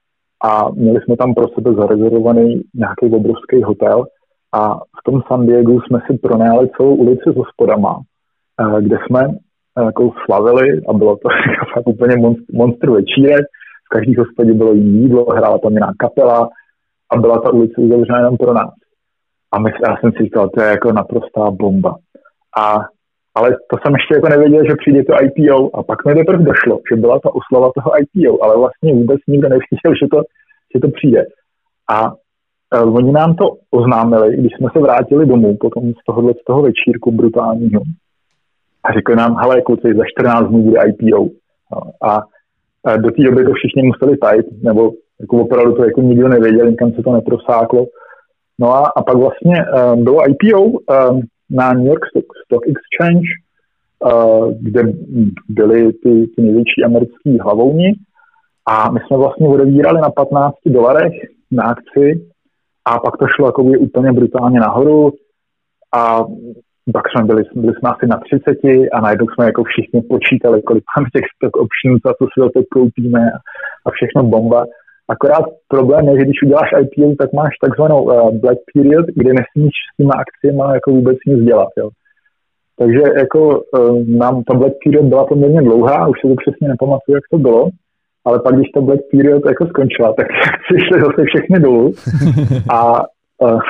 a měli jsme tam pro sebe zarezervovaný nějaký obrovský hotel a v tom San Diego jsme si pronajali celou ulici s hospodama, uh, kde jsme jako slavili a bylo to fakt úplně monstr, monstr večírek. V každý hospodě bylo jiné jídlo, hrála tam jiná kapela a byla ta ulice uzavřená jenom pro nás. A my, já jsem si říkal, to je jako naprostá bomba. A, ale to jsem ještě jako nevěděl, že přijde to I P O a pak mi teprve došlo, že byla ta oslava toho I P O, ale vlastně vůbec nikdo nevěděl, že to, že to přijde. A uh, oni nám to oznámili, když jsme se vrátili domů potom z tohohle z toho večírku brutálního. A řekli nám, hele, kluci, za čtrnáct dnů bude I P O. A do té doby to všichni museli tajit, nebo jako opravdu to jako nikdo nevěděl, nikam se to neprosáklo. No a, a pak vlastně um, bylo I P O um, na New York Stock, Stock Exchange, uh, kde byly ty, ty největší americký hlavouni. A my jsme vlastně odevírali na patnácti dolarech na akci a pak to šlo jako úplně brutálně nahoru. A pak jsme byli, byli jsme asi na třiceti a najednou jsme jako všichni počítali, kolik máme těch stock options a co si o to koupíme a, a všechno bomba. Akorát problém je, že když uděláš I P O, tak máš takzvanou uh, black period, kde nesmíš s těma akciemi jako vůbec nic dělat. Jo. Takže jako uh, nám ta black period byla poměrně dlouhá, už se to přesně nepamatuju, jak to bylo, ale pak, když ta black period jako skončila, tak akcie šly zase všechny dolů a uh,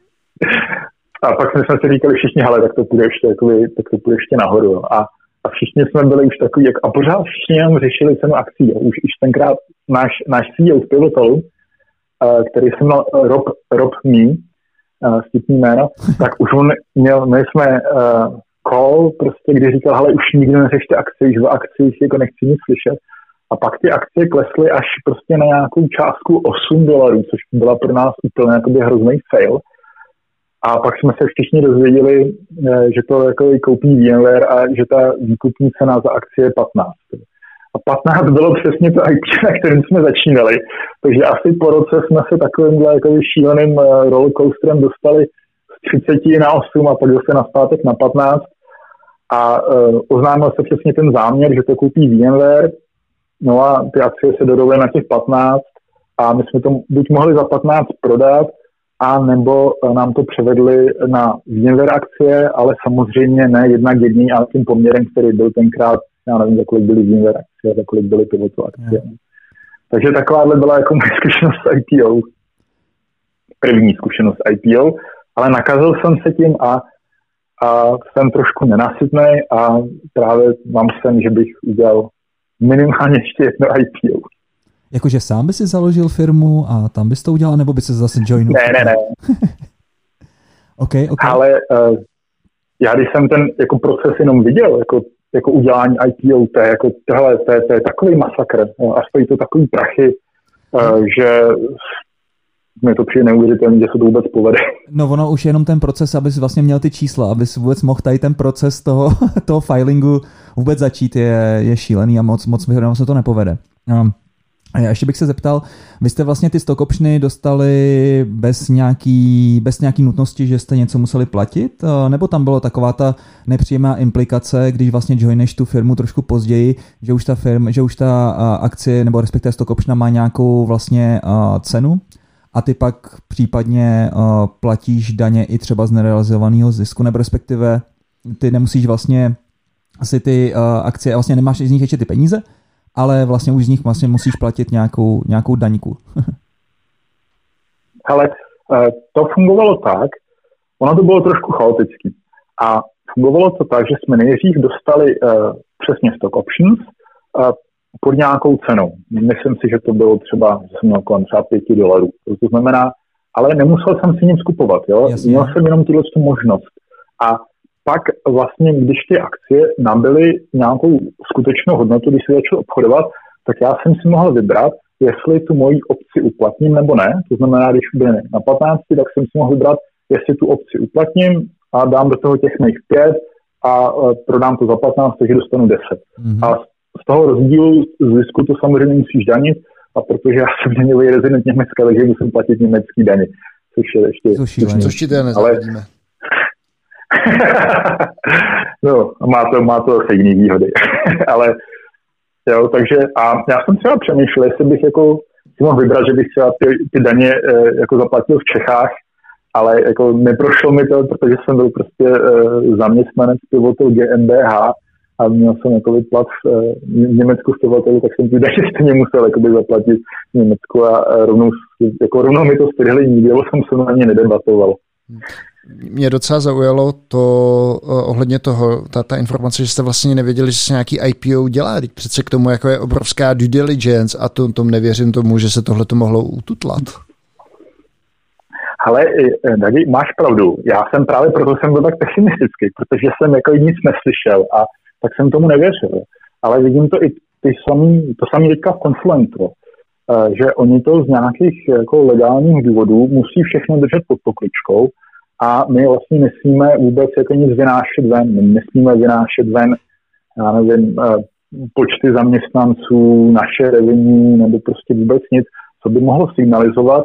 A pak jsme si říkali všichni, hele, tak to půjde ještě, jakoby, tak to půjde ještě nahoru. Jo. A, a všichni jsme byli už takový, jak, a pořád všichni nám řešili cenu akcí. Jo. Už, už tenkrát náš, náš C E O z Pivotalu, uh, který se jmenoval Rob, Rob Me, uh, vtipný jméno, tak už on měl, my jsme uh, call, prostě, kdy říkal, hele, už nikdo neřešte akci, už o akcích jako nechci nic slyšet. A pak ty akcie klesly až prostě na nějakou částku osm dolarů, což byla pro nás úplně jakoby hrozný fail. A pak jsme se všichni dozvěděli, že to jako koupí VMware a že ta výkupní cena za akcie je patnáct. A patnáct bylo přesně to I P, na kterém jsme začínali. Takže asi po roce jsme se takovýmhle jako šíleným rollercoasterem dostali z třiceti na osm a pak zase na zpátek na patnáct. A uh, oznámil se přesně ten záměr, že to koupí VMware. No a ty akcie se dorovnaly na těch patnáct a my jsme to buď mohli za patnáct prodat, a nebo nám to převedli na VMware akcie, ale samozřejmě ne jedna k jedný, ale tím poměrem, který byl tenkrát, já nevím, za kolik byly VMware akcie, za kolik byly Pivotal akcie. Mm. Takže takováhle byla jako moje zkušenost s I P O. První zkušenost I P O, ale nakazil jsem se tím a, a jsem trošku nenasytnej a právě mám sen, že bych udělal minimálně ještě jedno I P O. Jakože sám by si založil firmu a tam bys to udělal, nebo by se zase joinul? Ne, ne, ne. okay, okay. Ale uh, já když jsem ten jako proces jenom viděl, jako, jako udělání I P O, to je, jako, tohle, to je, to je takový masakr a stojí to takový prachy, uh, že mi to přijde neuvěřitelný, že se to vůbec povede. No ono už jenom ten proces, abys vlastně měl ty čísla, abys vůbec mohl tady ten proces toho, toho filingu vůbec začít, je, je šílený a moc, moc vyhledám se to nepovede. Um, A já ještě bych se zeptal, vy jste vlastně ty stock optiony dostali bez nějaký, bez nějaký nutnosti, že jste něco museli platit? Nebo tam bylo taková ta nepříjemná implikace, když vlastně joineš tu firmu trošku později, že už ta firma, že už ta akcie nebo respektive stock option má nějakou vlastně cenu a ty pak případně platíš daně i třeba z nerealizovaného zisku, nebo respektive ty nemusíš vlastně asi ty akcie, vlastně nemáš z nich ještě ty peníze, ale vlastně už z nich vlastně musíš platit nějakou, nějakou daňku. Ale to fungovalo tak, ono to bylo trošku chaotický. A fungovalo to tak, že jsme nejdřív dostali přesně stock options pod nějakou cenou. Myslím si, že to bylo třeba, že jsem měl kolem třeba pěti dolarů. To znamená, ale nemusel jsem si nic kupovat, jo? Měl jsem jenom tuhle možnost. A pak vlastně, když ty akcie nabyly nějakou skutečnou hodnotu, když se začal obchodovat, tak já jsem si mohl vybrat, jestli tu moji opci uplatním nebo ne. To znamená, když byly na patnácti, tak jsem si mohl vybrat, jestli tu opci uplatním a dám do toho těch mých pět a prodám to za patnáct, takže dostanu deset. Mm-hmm. A z toho rozdílu z zisku to samozřejmě musíš danit, a protože já jsem neměl rezident Německa, takže musím platit německý daně, což je ještě... Což ti to nezavedíme. No, má to, má to asi jiný výhody. Ale jo, takže a já jsem třeba přemýšlel, jestli bych jako si mohl vybrat, že bych třeba ty, ty daně e, jako zaplatil v Čechách, ale jako neprošlo mi to, protože jsem byl prostě e, zaměstnanec pivotel G m B H a měl jsem jakoby plat v e, Německu v pivotelu, tak jsem ty daně stejně musel jakoby zaplatit v Německu a, a rovnou, jako rovnou mi to stydhli nikdy, nebo jsem se na ně nedebatoval. Mě docela zaujalo to uh, ohledně toho, ta, ta informace, že jste vlastně nevěděli, že se nějaký I P O dělá. Teď přece k tomu jako je obrovská due diligence a to, tom nevěřím tomu, že se tohle to mohlo ututlat. Ale Dagi, máš pravdu. Já jsem právě proto jsem byl tak pesimistický, protože jsem jako nic neslyšel a tak jsem tomu nevěřil. Ale vidím to i ty samý, to samý teďka v Confluentu, že oni to z nějakých jako legálních důvodů musí všechno držet pod pokličkou a my vlastně nesmíme vůbec jako nic vynášet ven. My nesmíme vynášet ven, já nevím, počty zaměstnanců, naše revenue nebo prostě vůbec nic, co by mohlo signalizovat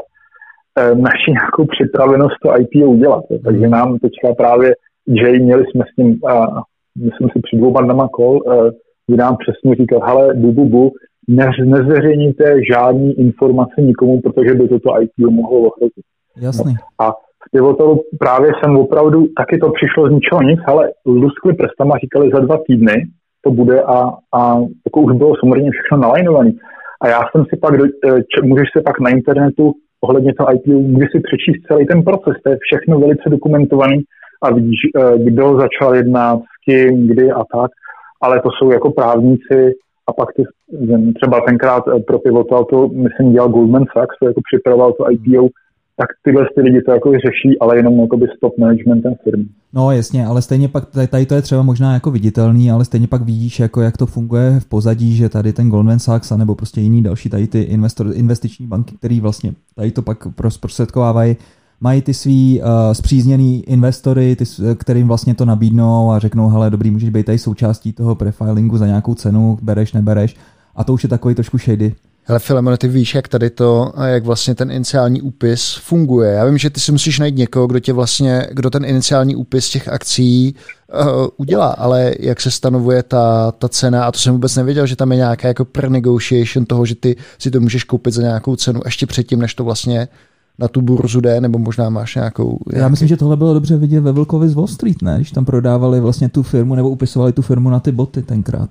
naši nějakou připravenost to I P O udělat. Takže nám teďka právě Jay, měli jsme s ním, a myslím si před dvouma dnama call, kdy nám přesně říkal, hele, bu, bu, bu, ne, nezveřejníte žádný informace nikomu, protože by toto I P O mohlo ohrozit. Jasný. A v Pivotelu právě jsem opravdu, taky to přišlo z ničeho nic, ale luskli prstama, říkali za dva týdny to bude a, a jako už bylo samozřejmě všechno nalajnované. A já jsem si pak, do, č, můžeš se pak na internetu ohledně toho I P O, můžeš si přečíst celý ten proces, to je všechno velice dokumentovaný a vidíš, kdo začal jednat, s kým, kdy a tak, ale to jsou jako právníci a pak ty, třeba tenkrát pro Pivotal to, myslím, dělal Goldman Sachs, to jako připravoval to I P O, tak tyhle ty lidi to jako řeší, ale jenom jakoby s top managementem firmy. No jasně, ale stejně pak, tady to je třeba možná jako viditelný, ale stejně pak vidíš, jako jak to funguje v pozadí, že tady ten Goldman Sachs nebo prostě jiný další tady ty investor, investiční banky, který vlastně tady to pak zprostředkovávají, mají ty svý uh, spřízněný investory, ty, kterým vlastně to nabídnou a řeknou, hele, dobrý, můžeš být tady součástí toho profilingu za nějakou cenu, bereš, nebereš, a to už je takový trošku shady. Hele, Filemone, ty víš, jak tady to a jak vlastně ten iniciální úpis funguje. Já vím, že ty si musíš najít někoho, kdo tě vlastně, kdo ten iniciální úpis těch akcí uh, udělá, ale jak se stanovuje ta, ta cena, a to jsem vůbec nevěděl, že tam je nějaká jako pre-negotiation toho, že ty si to můžeš koupit za nějakou cenu ještě předtím, než to vlastně na tu burzu jde, nebo možná máš nějakou... Já nějaký... myslím, že tohle bylo dobře vidět ve Vlkovi z Wall Street, ne? Když tam prodávali vlastně tu firmu, nebo upisovali tu firmu na ty boty tenkrát.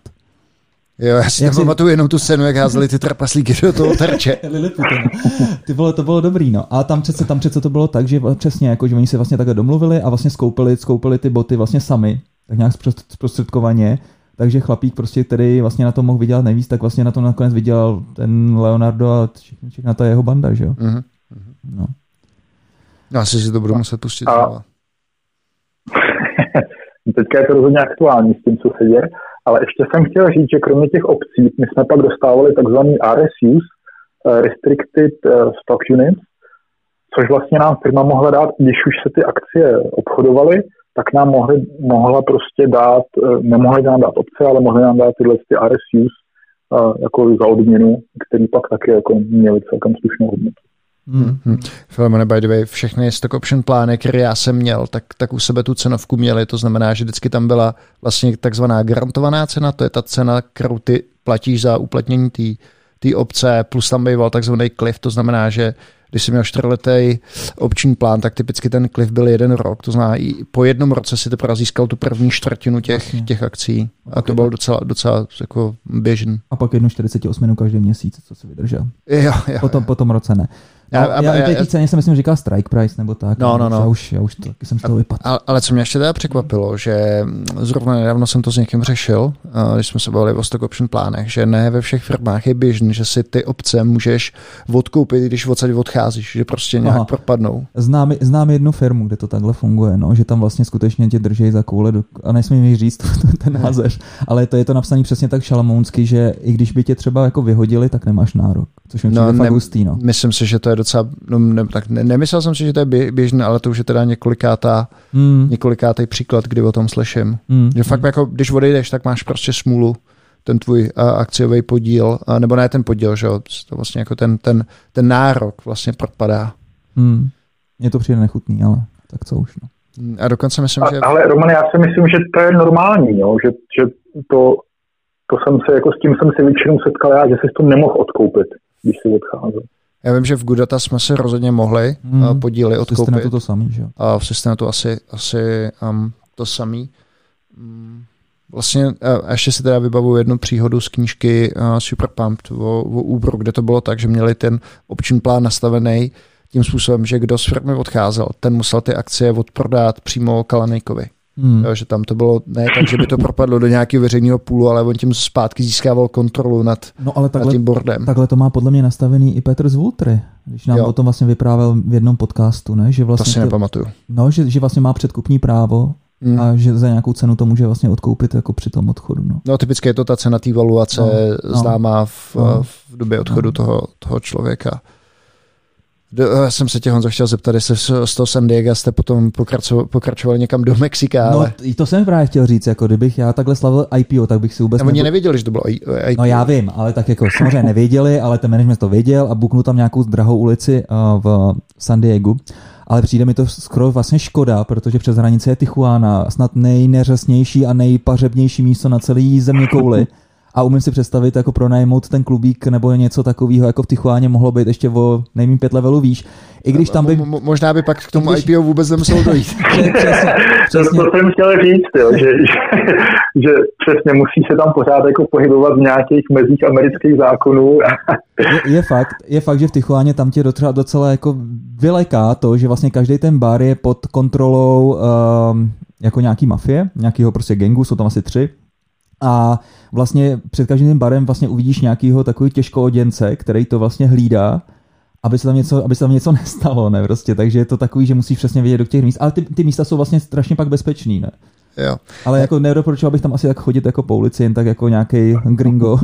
Jo, já si jak pamatuju si... jenom tu scénu, jak házeli ty trpaslíky do toho terče. Ty vole, to bylo dobrý, no. A tam přece, tam přece to bylo tak, že přesně, jako, že oni si vlastně takhle domluvili a vlastně skoupili, skoupili ty boty vlastně sami, tak nějak zprostředkovaně, takže chlapík prostě, který vlastně na to mohl vydělat nejvíc, tak vlastně na to nakonec vydělal ten Leonardo a všechna ta jeho banda, že jo. Mm-hmm. No. Já si si to budu muset pustit. A... Teďka je to rozhodně aktuální s tím, co se děje. Ale ještě jsem chtěl říct, že kromě těch opcí, my jsme pak dostávali takzvaný R S Us, Restricted Stock Units, což vlastně nám firma mohla dát, když už se ty akcie obchodovaly, tak nám mohli, mohla prostě dát, nemohli nám dát opce, ale mohli nám dát tyhle ty R S Us jako za odměnu, který pak taky jako měli celkem slušnou hodnotu. Hmm. Hmm. Filemone, by the way, všechny stock option plány, které já jsem měl, tak, tak u sebe tu cenovku měli, to znamená, že vždycky tam byla vlastně takzvaná garantovaná cena, to je ta cena, kterou ty platíš za uplatnění té opce, plus tam býval takzvaný cliff, to znamená, že když jsem měl čtyřletý opční plán, tak typicky ten cliff byl jeden rok, to znamená i po jednom roce si teprve získal tu první čtvrtinu těch, těch akcí a to bylo docela, docela jako běžný. A pak jednu čtyřicet osm každý měsíc, co si vydržel. Jo, jo, po, tom, po tom roce ne. No, já, já, já, já ceně jsem myslím říkal strike price nebo tak. No, no, no. Já už, já už to, jsem z toho vypadl. Ale, ale co mě ještě teda překvapilo, že zrovna nedávno jsem to s někým řešil, když jsme se bavili o stock option plánech, že ne ve všech firmách je běžný, že si ty opce můžeš odkoupit, když odsaď odcházíš, že prostě nějak Aha. propadnou. Znám, znám jednu firmu, kde to takhle funguje, no, že tam vlastně skutečně tě drží za koule do, a nesmím mi říct ten název, ale to je to napsané přesně tak šalamounsky, že i když by tě třeba jako vyhodili, tak nemáš nárok. Což mi no, přijde fakt hustý, no. Myslím si, že to je docela, no, ne, tak ne, nemyslel jsem si, že to je běžné, ale to už je teda několikátá, mm. několikátý příklad, kdy o tom slyším. Mm. Že fakt mm. jako, když odejdeš, tak máš prostě smůlu, ten tvůj a, akciový podíl, a, nebo ne ten podíl, že jo, to vlastně jako ten, ten, ten nárok vlastně propadá. Mm. Mně to přijde nechutný, ale tak co už, no. A dokonce myslím, a, že... Ale Roman, já si myslím, že to je normální, jo? Že, že to, to jsem se, jako s tím jsem se většinou setkal já, že jsi to nemohl odkoupit, když jsi odcházel. Já vím, že v Goodata jsme se rozhodně mohli hmm. podíly odkoupit. V systému to samý, že jo? A v systému to asi, asi um, to samý. Vlastně a ještě si teda vybavuju jednu příhodu z knížky uh, Super Pumped o, o Uberu, kde to bylo tak, že měli ten opční plán nastavený tím způsobem, že kdo z firmy odcházel, ten musel ty akcie odprodat přímo Kalanejkovi. Hmm. Jo, že tam to bylo ne tak, že by to propadlo do nějakého veřejného půlu, ale on tím zpátky získával kontrolu nad, no, ale takhle, nad tím boardem. Takhle to má podle mě nastavený i Petr z Vultry, když nám jo. o tom vlastně vyprávěl v jednom podcastu, ne? Že vlastně to si to, nepamatuju. No, že, že vlastně má předkupní právo hmm. a že za nějakou cenu to může vlastně odkoupit jako při tom odchodu. No, no typicky je to ta cena té valuace no, známá v, no. v době odchodu no. toho, toho člověka. Já jsem se tě, Honzo, chtěl zeptat, jestli z toho San Diego jste potom pokračovali, pokračovali někam do Mexika. No, ale... to jsem právě chtěl říct, jako kdybych já takhle slavil I P O, tak bych si vůbec... A oni nevěděli, že to bylo I P O. No já vím, ale tak jako samozřejmě nevěděli, ale ten management to věděl a buknul tam nějakou drahou ulici uh, v San Diego. Ale přijde mi to skoro vlastně škoda, protože přes hranice je Tijuana, snad nejneřesnější a nejpařebnější místo na celý země kouli. A umím si představit, jako pronajmout ten klubík nebo něco takového, jako v Tijuáně mohlo být ještě o nejmín pět levelů výš. I když tam by... Mo- možná by pak k tomu když... I P O vůbec nemuselo dojít. přesně, přesně. To, to jsem chtěl říct, jo, že, že, že přesně musí se tam pořád jako pohybovat v nějakých mezích amerických zákonů. je, je, fakt, je fakt, že v Tijuáně tam tě docela, docela jako vyleká to, že vlastně každý ten bar je pod kontrolou um, jako nějaký mafie, nějakýho prostě gangu, jsou tam asi tři. A vlastně před každým tím barem vlastně uvidíš nějakýho takový těžkooděnce, který to vlastně hlídá, aby se tam něco, aby se tam něco nestalo, ne, prostě, takže je to takový, že musíš přesně vědět do těch míst, ale ty, ty místa jsou vlastně strašně pak bezpečný, ne. Jo. Ale jako nedoporučoval bych tam asi tak chodit jako po ulici, jen tak jako nějaký gringo.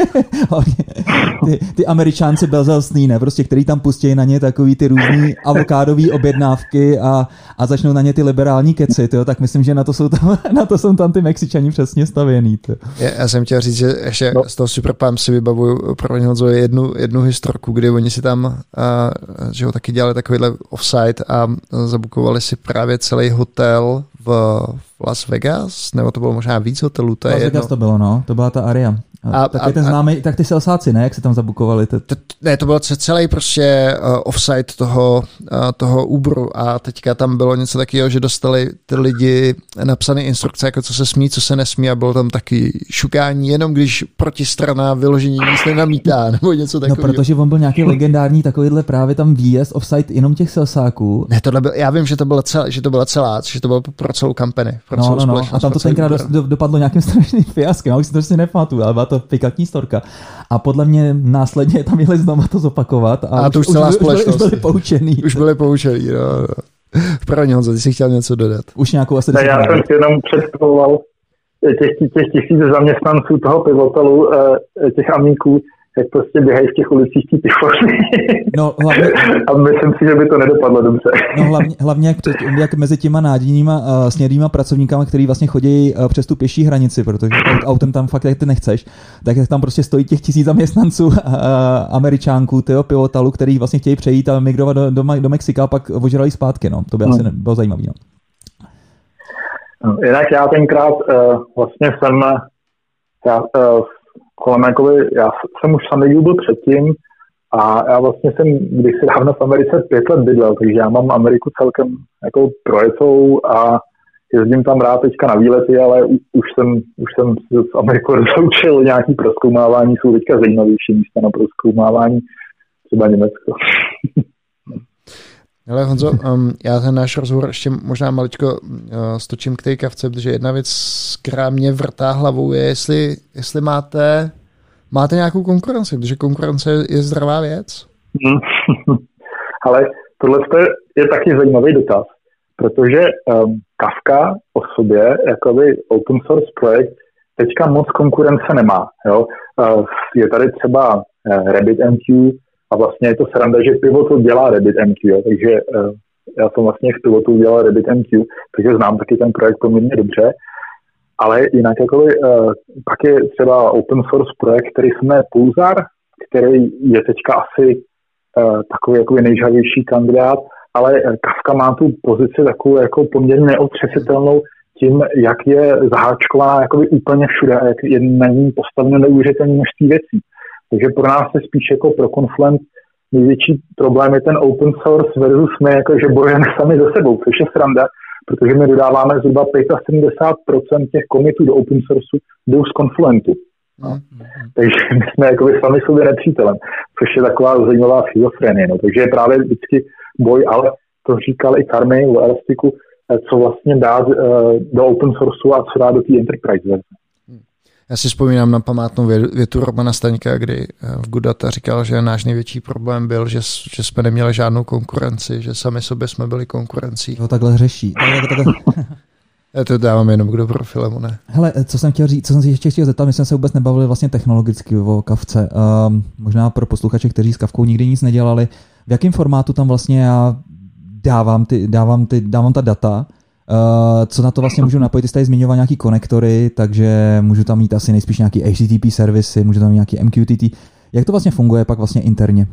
ty, ty Američánci bezelstný, ne, prostě, který tam pustí na ně takový ty různý avokádový objednávky a, a začnou na ně ty liberální keci, tyjo, tak myslím, že na to jsou tam, na to jsou tam ty Mexičani přesně stavěný. Já, já jsem chtěl říct, že ještě no. z toho Superpump si vybavuju pro ně jednu, jednu historku, kdy oni si tam a, že ho taky dělali takovýhle offsite a zabukovali si právě celý hotel v Las Vegas, nebo to bylo možná víc hotelů, to je Las jedno. Vegas to bylo, no, to byla ta area. A, tak, a, ten známý, tak ty salsáci, ne, jak se tam zabukovali? To... To, ne, to bylo celý prostě uh, offsite toho, uh, toho Uberu a teďka tam bylo něco takového, že dostali ty lidi napsané instrukce, jako co se smí, co se nesmí a bylo tam taky šukání, jenom když protistrana vyložení nic nenamítá, nebo něco takového. No, protože on byl nějaký legendární takovýhle právě tam výjezd offsite jenom těch salsáků. Ne, tohle byl, já vím, že to byla celá, že to byla celá, že to bylo pro celou company, pro celou no, no, no. A tam to tenkrát do, do, dopadlo nějakým strašným fiaskem, já už si to prostě nepamatuju, ale byla to pikantní storka. A podle mě následně tam jeli znova to zopakovat. A, a to už, už celá už, společnost. Už byli, už byli poučený. Už byli poučený, no, no. Prvně, Honzo, ty jsi chtěl něco dodat. Už nějakou asi... Ne, já jsem si jenom představoval těch, těch tisíc zaměstnanců toho pivotelu, těch amíků, jak prostě běhají v těch ulicích tí Tijuany. No, hlavně... A myslím si, že by to nedopadlo dobře. No hlavně, hlavně jak, před, jak mezi těma náděnýma uh, snědýma pracovníkama, který vlastně chodí uh, přes tu pěší hranici, protože autem tam fakt jak ty nechceš, tak tam prostě stojí těch tisíc zaměstnanců uh, Američánků, tyho pivotalu, který vlastně chtějí přejít a migrovat do, do, do Mexika a pak ožrali zpátky, no. To by no. asi ne, bylo zajímavý, no. no. Jinak já tenkrát uh, vlastně jsem já, uh, kolem jakoby, já jsem už San Diego byl předtím A já vlastně jsem když si dávno v Americe pět let bydlel, takže já mám Ameriku celkem jako projetou a jezdím tam rád teďka na výlety, ale už jsem, už jsem z Ameriky rozloučil, nějaký prozkoumávání jsou teďka zajímavější místa na prozkoumávání, třeba Německo. Ale Honzo, um, já ten náš rozhovor ještě možná maličko uh, stočím k té kavce, protože jedna věc, která mě vrtá hlavou, je, jestli, jestli máte, máte nějakou konkurenci, protože konkurence je zdravá věc. Hmm. Ale tohle je taky zajímavý dotaz, protože um, Kafka o sobě, jakoby open source projekt, teďka moc konkurence nemá. Jo? Uh, je tady třeba uh, RabbitMQ, a vlastně je to sranda, že Pivotal dělá RabbitMQ, jo, takže uh, já jsem vlastně v Pivotu dělal RabbitMQ, takže znám taky ten projekt poměrně dobře, ale jinak jakoby, uh, pak je třeba open source projekt, který se jmenuje Pulsar, který je teďka asi uh, takový jakoby nejžavější kandidát, ale Kafka má tu pozici takovou jako poměrně neotřesitelnou tím, jak je zaháčkovaná jakoby úplně všude a jak je na ní postaveno neuvěřitelné množství věcí. Takže pro nás je spíš jako pro Confluent největší problém je ten open source versus my, jako že bojujeme sami za sebou, což je sranda, protože my dodáváme zhruba sedmdesát pět procent těch commitů do open sourceu jdou z Confluentu. No. Mm-hmm. Takže my jsme jako sami sobě nepřítelem, což je taková zajímavá schizofrenie. No. Takže je právě vždycky boj, ale to říkal i Karmi o Elastiku, co vlastně dá do open sourceu a co dá do té enterprise verze. Já si vzpomínám na památnou větu Romana Staňka, kdy v Goodata říkal, že náš největší problém byl, že, že jsme neměli žádnou konkurenci, že sami sobě jsme byli konkurencí. To takhle řeší. Já to dávám jenom k dobru filmu, ne? Hele, co jsem chtěl říct, co jsem si ještě chtěl zeptat, my jsme se vůbec nebavili vlastně technologicky o Kafce. Um, možná pro posluchače, kteří s Kafkou nikdy nic nedělali, v jakém formátu tam vlastně já dávám, ty, dávám, ty, dávám ta data, Uh, co na to vlastně můžu napojit, ty jste tady zmiňoval nějaký konektory, takže můžu tam mít asi nejspíš nějaký H T T P servisy, můžu tam mít nějaký M Q T T. Jak to vlastně funguje pak vlastně interně?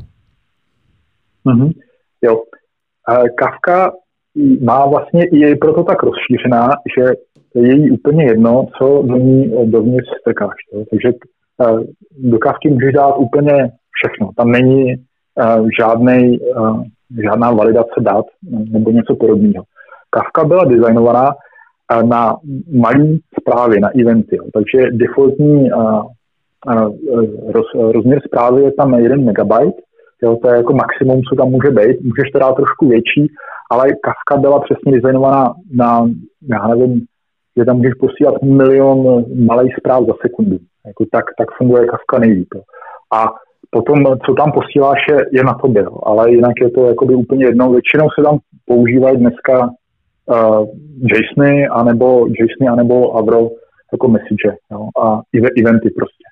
Mm-hmm. Jo. Uh, Kafka má vlastně, je proto tak rozšířená, že je jí úplně jedno, co do ní dovnitř strkáš. Takže uh, do Kafky můžeš dát úplně všechno. Tam není uh, žádnej, uh, žádná validace dat nebo něco podobného. Kafka byla designovaná na malé zprávy, na eventy. Jo. Takže defaultní uh, uh, roz, rozměr zprávy je tam jeden megabajt. Jo, to je jako maximum, co tam může být. Můžeš to dát trošku větší, ale Kafka byla přesně designovaná na, já nevím, že tam můžeš posílat milion malých zpráv za sekundu. Jako tak, tak funguje Kafka nejlíp. Jo. A potom, co tam posíláš, je, je na tobě. Jo. Ale jinak je to jakoby úplně jedno. Většinou se tam používají dneska Uh, JSONy, anebo JSONy, anebo Avro jako message, jo, a eventy prostě.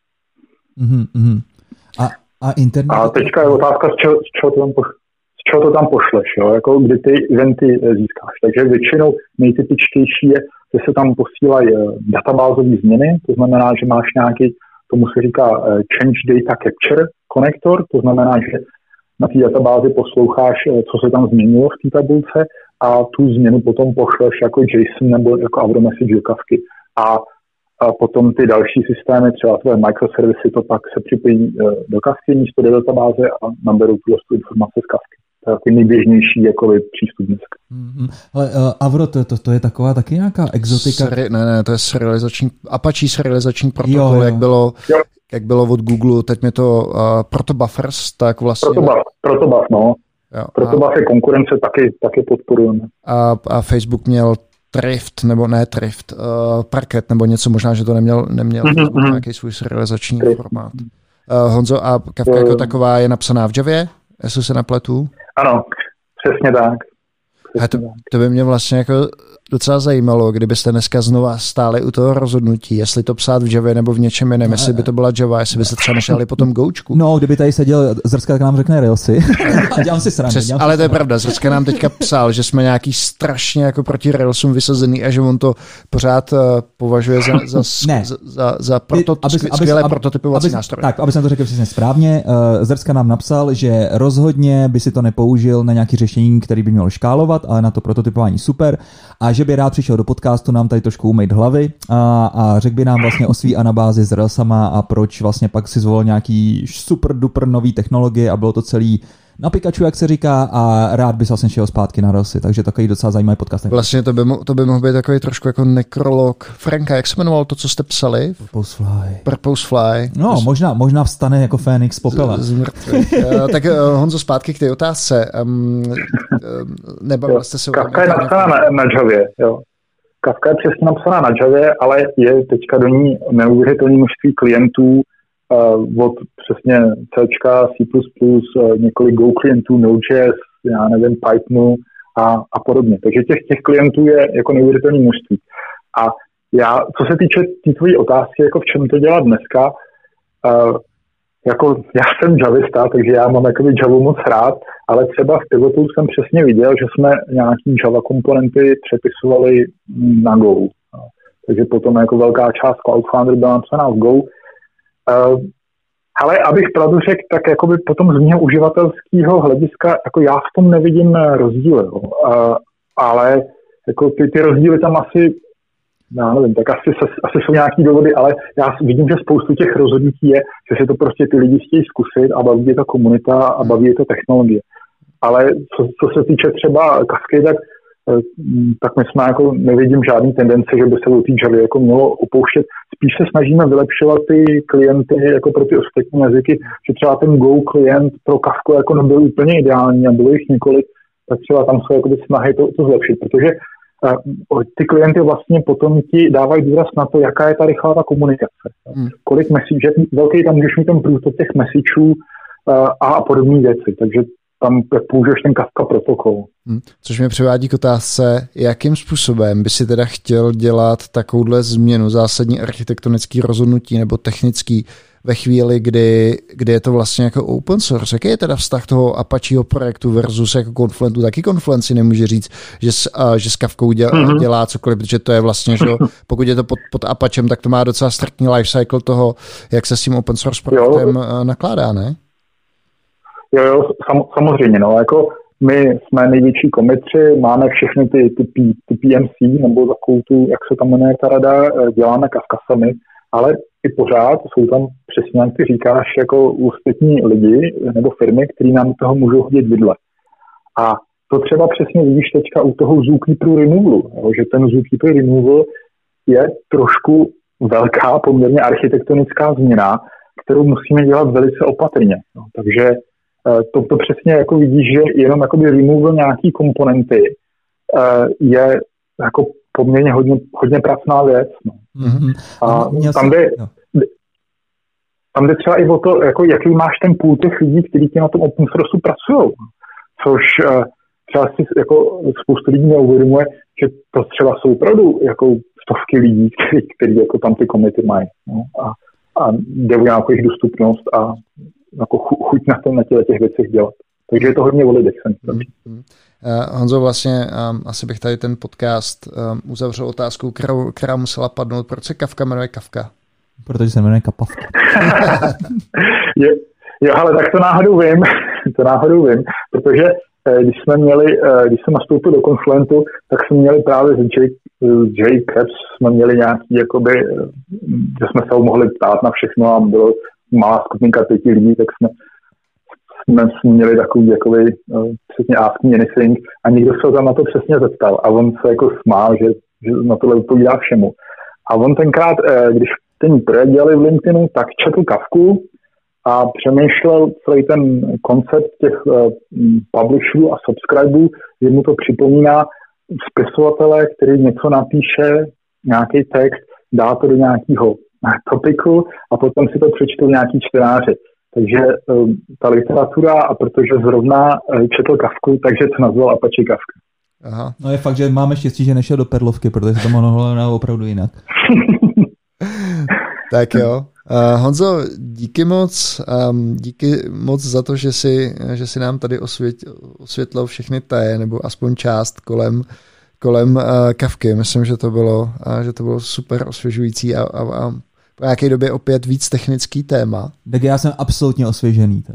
Mm-hmm. A, a, internet... a teďka je otázka, z čeho, z čeho, to, tam poš, z čeho to tam pošleš, jo, jako kdy ty eventy získáš. Takže většinou nejtypičtější je, že se tam posílají databázové změny, to znamená, že máš nějaký, tomu se říká change data capture konektor, to znamená, že na té databázi posloucháš, co se tam změnilo v té tabulce, a tu změnu potom pošleš jako JSON nebo jako Avro message do Kafky. A, a potom ty další systémy, třeba tvoje microservisy, to pak se připojí do Kafky místo do databáze a naberou tu informace z Kafky. To je takový nejběžnější jako přístup dneska. Mm-hmm. Ale uh, Avro, to, to, to je taková taky nějaká exotika? Seri- ne, ne, to je serializační, Apache serializační protokol, jo, jo. Jak, bylo, jak bylo od Google, teď mi to uh, Protobuffers, tak vlastně... Protobuf, Protobuf, no. Jo, proto vás je konkurence, taky, taky podporujeme. A, a Facebook měl Thrift, nebo ne Thrift, uh, Parquet, nebo něco možná, že to neměl, neměl mm-hmm. nějaký svůj serializační Thrift. Formát. Uh, Honzo, a Kafka uh, jako taková je napsaná v Javě, jestli se nepletu? Ano, přesně tak. A to, to by mě vlastně jako docela zajímalo, kdybyste dneska znova stáli u toho rozhodnutí, jestli to psát v Javě nebo v něčem jiném, jestli by to byla Java, jestli by se třeba nešali potom Goučku. No, kdyby tady seděl Zrska, tak nám řekne Railsy. Dělám si srandu. Přes, ale to je pravda, Zrska nám teďka psal, že jsme nějaký strašně jako proti Railsům vysazený a že on to pořád uh, považuje za, za, za, za, za proto, aby, skvělé aby, prototypovací aby, nástroje. Tak, aby jsem to řekl přesně správně, uh, Zrska nám napsal, že rozhodně by si to nepoužil na nějaké řešení, který by mělo škálovat, dělat, ale na to prototypování super a že by rád přišel do podcastu nám tady trošku umýt hlavy a, a řekl by nám vlastně o svý anabázi s Railsama a proč vlastně pak si zvolil nějaký super duper nový technologie a bylo to celý na Pikachu, jak se říká, a rád bys vlastně šel zpátky na Railsy, takže takový docela zajímavý podcast. Vlastně to by, mo- to by mohl být takový trošku jako nekrolog. Franka, jak se jmenoval to, co jste psali? Purpose Fly. Purpose Fly. No, z... možná, možná vstane jako Fénix z popela. Z, z uh, tak uh, Honzo, zpátky k té otázce. Um, uh, nebavil jste se o tom? Kafka je napsaná na, na Javě, jo. Kafka je přesně napsaná na Javě, ale je teďka do ní neuvěřitelné množství klientů, Uh, od přesně C, C plus plus, uh, několik Go klientů, Node.js, já nevím, Pythonu a, a podobně. Takže těch, těch klientů je jako neuvěřitelné množství. A já, co se týče té tvojí otázky, jako v čem to dělat dneska, uh, jako já jsem javista, takže já mám jakoby Javu moc rád, ale třeba v Pivotu jsem přesně viděl, že jsme nějaký Java komponenty přepisovali na Go. Uh, takže potom jako velká část Cloud Foundry byla napsaná v Go. Uh, ale abych pravdu řekl, tak jakoby potom z mého uživatelského hlediska, jako já v tom nevidím rozdíly, uh, ale jako ty, ty rozdíly tam asi, já nevím, tak asi, asi jsou nějaký důvody, ale já vidím, že spoustu těch rozhodnutí je, že si to prostě ty lidi chtějí zkusit a baví je ta komunita a baví je to technologie. Ale co, co se týče třeba Kafky, tak tak my jsme jako nevidím žádný tendence, že by se do té Javy jako mělo opouštět. Spíš se snažíme vylepšovat ty klienty jako pro ty ostatní jazyky, že třeba ten Go klient pro Kafku jako nebyl úplně ideální a bylo jich několik, tak třeba tam jsou jakoby snahy to, to zlepšit, protože uh, ty klienty vlastně potom ti dávají důraz na to, jaká je ta rychlá ta komunikace. Hmm. Kolik message, velký tam můžeš mít ten průtok těch messageů uh, a podobné věci, takže tam použiješ ten Kafka protokol. Hmm. Což mě přivádí k otázce, jakým způsobem by si teda chtěl dělat takovouhle změnu, zásadní architektonický rozhodnutí nebo technický ve chvíli, kdy, kdy je to vlastně jako open source. Jaký je teda vztah toho Apacheho projektu versus jako Confluentu? Taky Confluent si nemůže říct, že s, a, že s Kafkou dělá, mm-hmm. dělá cokoliv, protože to je vlastně, že pokud je to pod, pod Apachem, tak to má docela striktní lifecycle toho, jak se s tím open source projektem jo. nakládá, ne? Jo, jo, sam, samozřejmě, no, jako my jsme největší komitři, máme všechny ty, ty, ty P M C, nebo takovou tu, jak se tam jmenuje ta rada, děláme Kafka sami, ale i pořád jsou tam přesně, jak ty říkáš, jako ostatní lidi nebo firmy, který nám toho můžou hodit vidle. A to třeba přesně vidíš teďka u toho Zookeeper removalu, jo, že ten Zookeeper removal je trošku velká, poměrně architektonická změna, kterou musíme dělat velice opatrně. No, takže To, to přesně jako vidíš, že jenom jakoby removal nějaký komponenty uh, je jako poměrně hodně, hodně pracná věc. No. Mm-hmm. A tam jde, tam jde třeba i o to, jako jaký máš ten půl těch lidí, kteří ti na tom open sourceu pracují. Což uh, třeba si jako spoustu lidí neuvědomuje, že to třeba jsou opravdu jako stovky lidí, kteří, kteří jako tam ty komity mají. No. A, a jde o nějakou jejich dostupnost a jako chuť na tom, na těch věcech dělat. Takže je to hodně o lidech. Hmm. Uh, Honzo, vlastně um, asi bych tady ten podcast um, uzavřel otázkou, kterou, která musela padnout. Proč se Kafka jmenuje Kafka? Protože se jmenuje Kapavka. je, jo, ale tak to náhodou vím. to náhodou vím, protože eh, když jsme měli, eh, když jsem nastoupil do Confluentu, tak jsme měli právě z J Caps, jsme měli nějaký, jakoby, že jsme se ho mohli ptát na všechno a bylo malá skupinka pěti lidí, tak jsme, jsme měli takový jakoby, uh, přesně ask me anything a někdo se tam na to přesně zeptal a on se jako smál, že, že na tohle odpovídá všemu. A on tenkrát, uh, když ten projekt dělali v LinkedInu, tak četl Kafku a přemýšlel celý ten koncept těch uh, publisherů a subscriberů, že mu to připomíná spisovatele, který něco napíše, nějaký text, dá to do nějakého topiku a potom si to přečtou nějaký čtenáři. Takže um, ta literatura, a protože zrovna uh, četl Kafku, takže se nazval Apache Kafka. Aha. No je fakt, že máme štěstí, že nešel do Perlovky, protože se to mohlo opravdu jinak. Tak jo. Uh, Honzo, díky moc, um, díky moc za to, že si, že si nám tady osvět, osvětlil všechny taje, nebo aspoň část kolem kolem uh, Kafky. Myslím, že to bylo, uh, že to bylo super osvěžující a, a, a po nějaké době opět víc technický téma. Tak já jsem absolutně osvěžený tady teďka.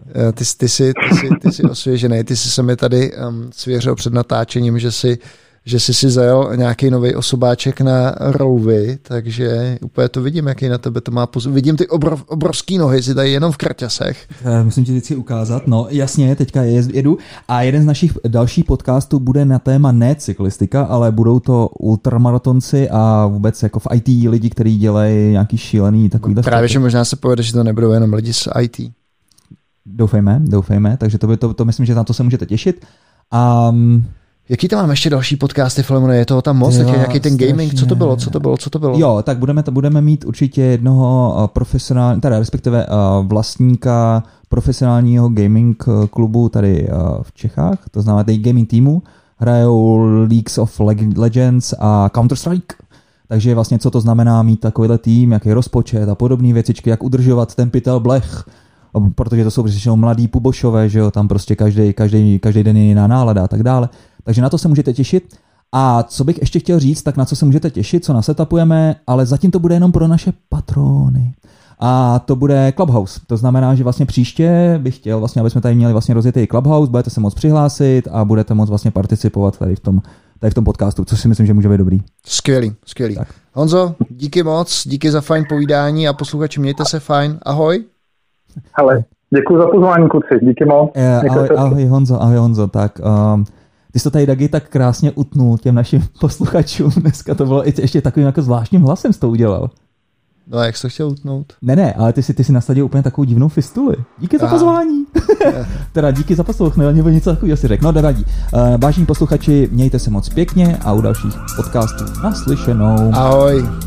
Ty, ty, jsi, ty, jsi, ty jsi osvěžený, ty jsi se mi tady um, svěřil před natáčením, že jsi, že jsi si zajel nějaký nový osobáček na rouvy, takže úplně to vidím, jaký na tebe to má pozor. Vidím ty obrov, obrovský nohy, si tady jenom v kraťasech. Musím ti vždycky ukázat, no jasně, teďka jedu a jeden z našich dalších podcastů bude na téma ne cyklistika, ale budou to ultramaratonci a vůbec jako v í té lidi, kteří dělají nějaký šílený takovýhle. Právě, že možná se povede, že to nebudou jenom lidi z í té. Doufejme, doufejme, takže to, by to, to myslím, že na to se můžete těšit. A jaký tam máme ještě další podcasty, Filemone? Je toho tam moc? Tyva, nějaký ten gaming? Strašně. Co to bylo? Co to bylo? Co to bylo? Jo, tak budeme, budeme mít určitě jednoho profesionálního, teda respektive vlastníka profesionálního gaming klubu tady v Čechách, to znamená tady gaming týmu, hrajou Leagues of Legends a Counter-Strike. Takže vlastně co to znamená mít takovýhle tým, jaký rozpočet a podobné věcičky, jak udržovat ten pytel blech, protože to jsou většinou mladí pubošové, že jo, tam prostě každý, každý, každý den je jiná nálada a tak dále. Takže na to se můžete těšit. A co bych ještě chtěl říct, tak na co se můžete těšit, co nasetapujeme, ale zatím to bude jenom pro naše patrony. A to bude Clubhouse. To znamená, že vlastně příště bych chtěl, vlastně, aby jsme tady měli vlastně rozjetý Clubhouse, budete se moct přihlásit a budete moct vlastně participovat tady v tom, tady v tom podcastu, což si myslím, že může být dobrý. Skvělý, skvělý. Tak. Honzo, díky moc, díky za fajn povídání a posluchači, mějte se fajn. Ahoj. Hele, děkuji za pozvání, kluci, díky moc. Uh, ahoj, ahoj Honzo, ahoj Honzo, tak um, ty jsi to tady, Dagi, tak krásně utnul těm našim posluchačům. Dneska to bylo ještě takovým jako zvláštním hlasem jsi to udělal. No a jak jsi to chtěl utnout? Ne, ne, ale ty si, ty si nasadil úplně takovou divnou fistuli. Díky za pozvání. Teda díky za poslouch, nebo něco takového si řekl. No, nevadí. Uh, vážení posluchači, mějte se moc pěkně a u dalších podcastů naslyšenou. Ahoj.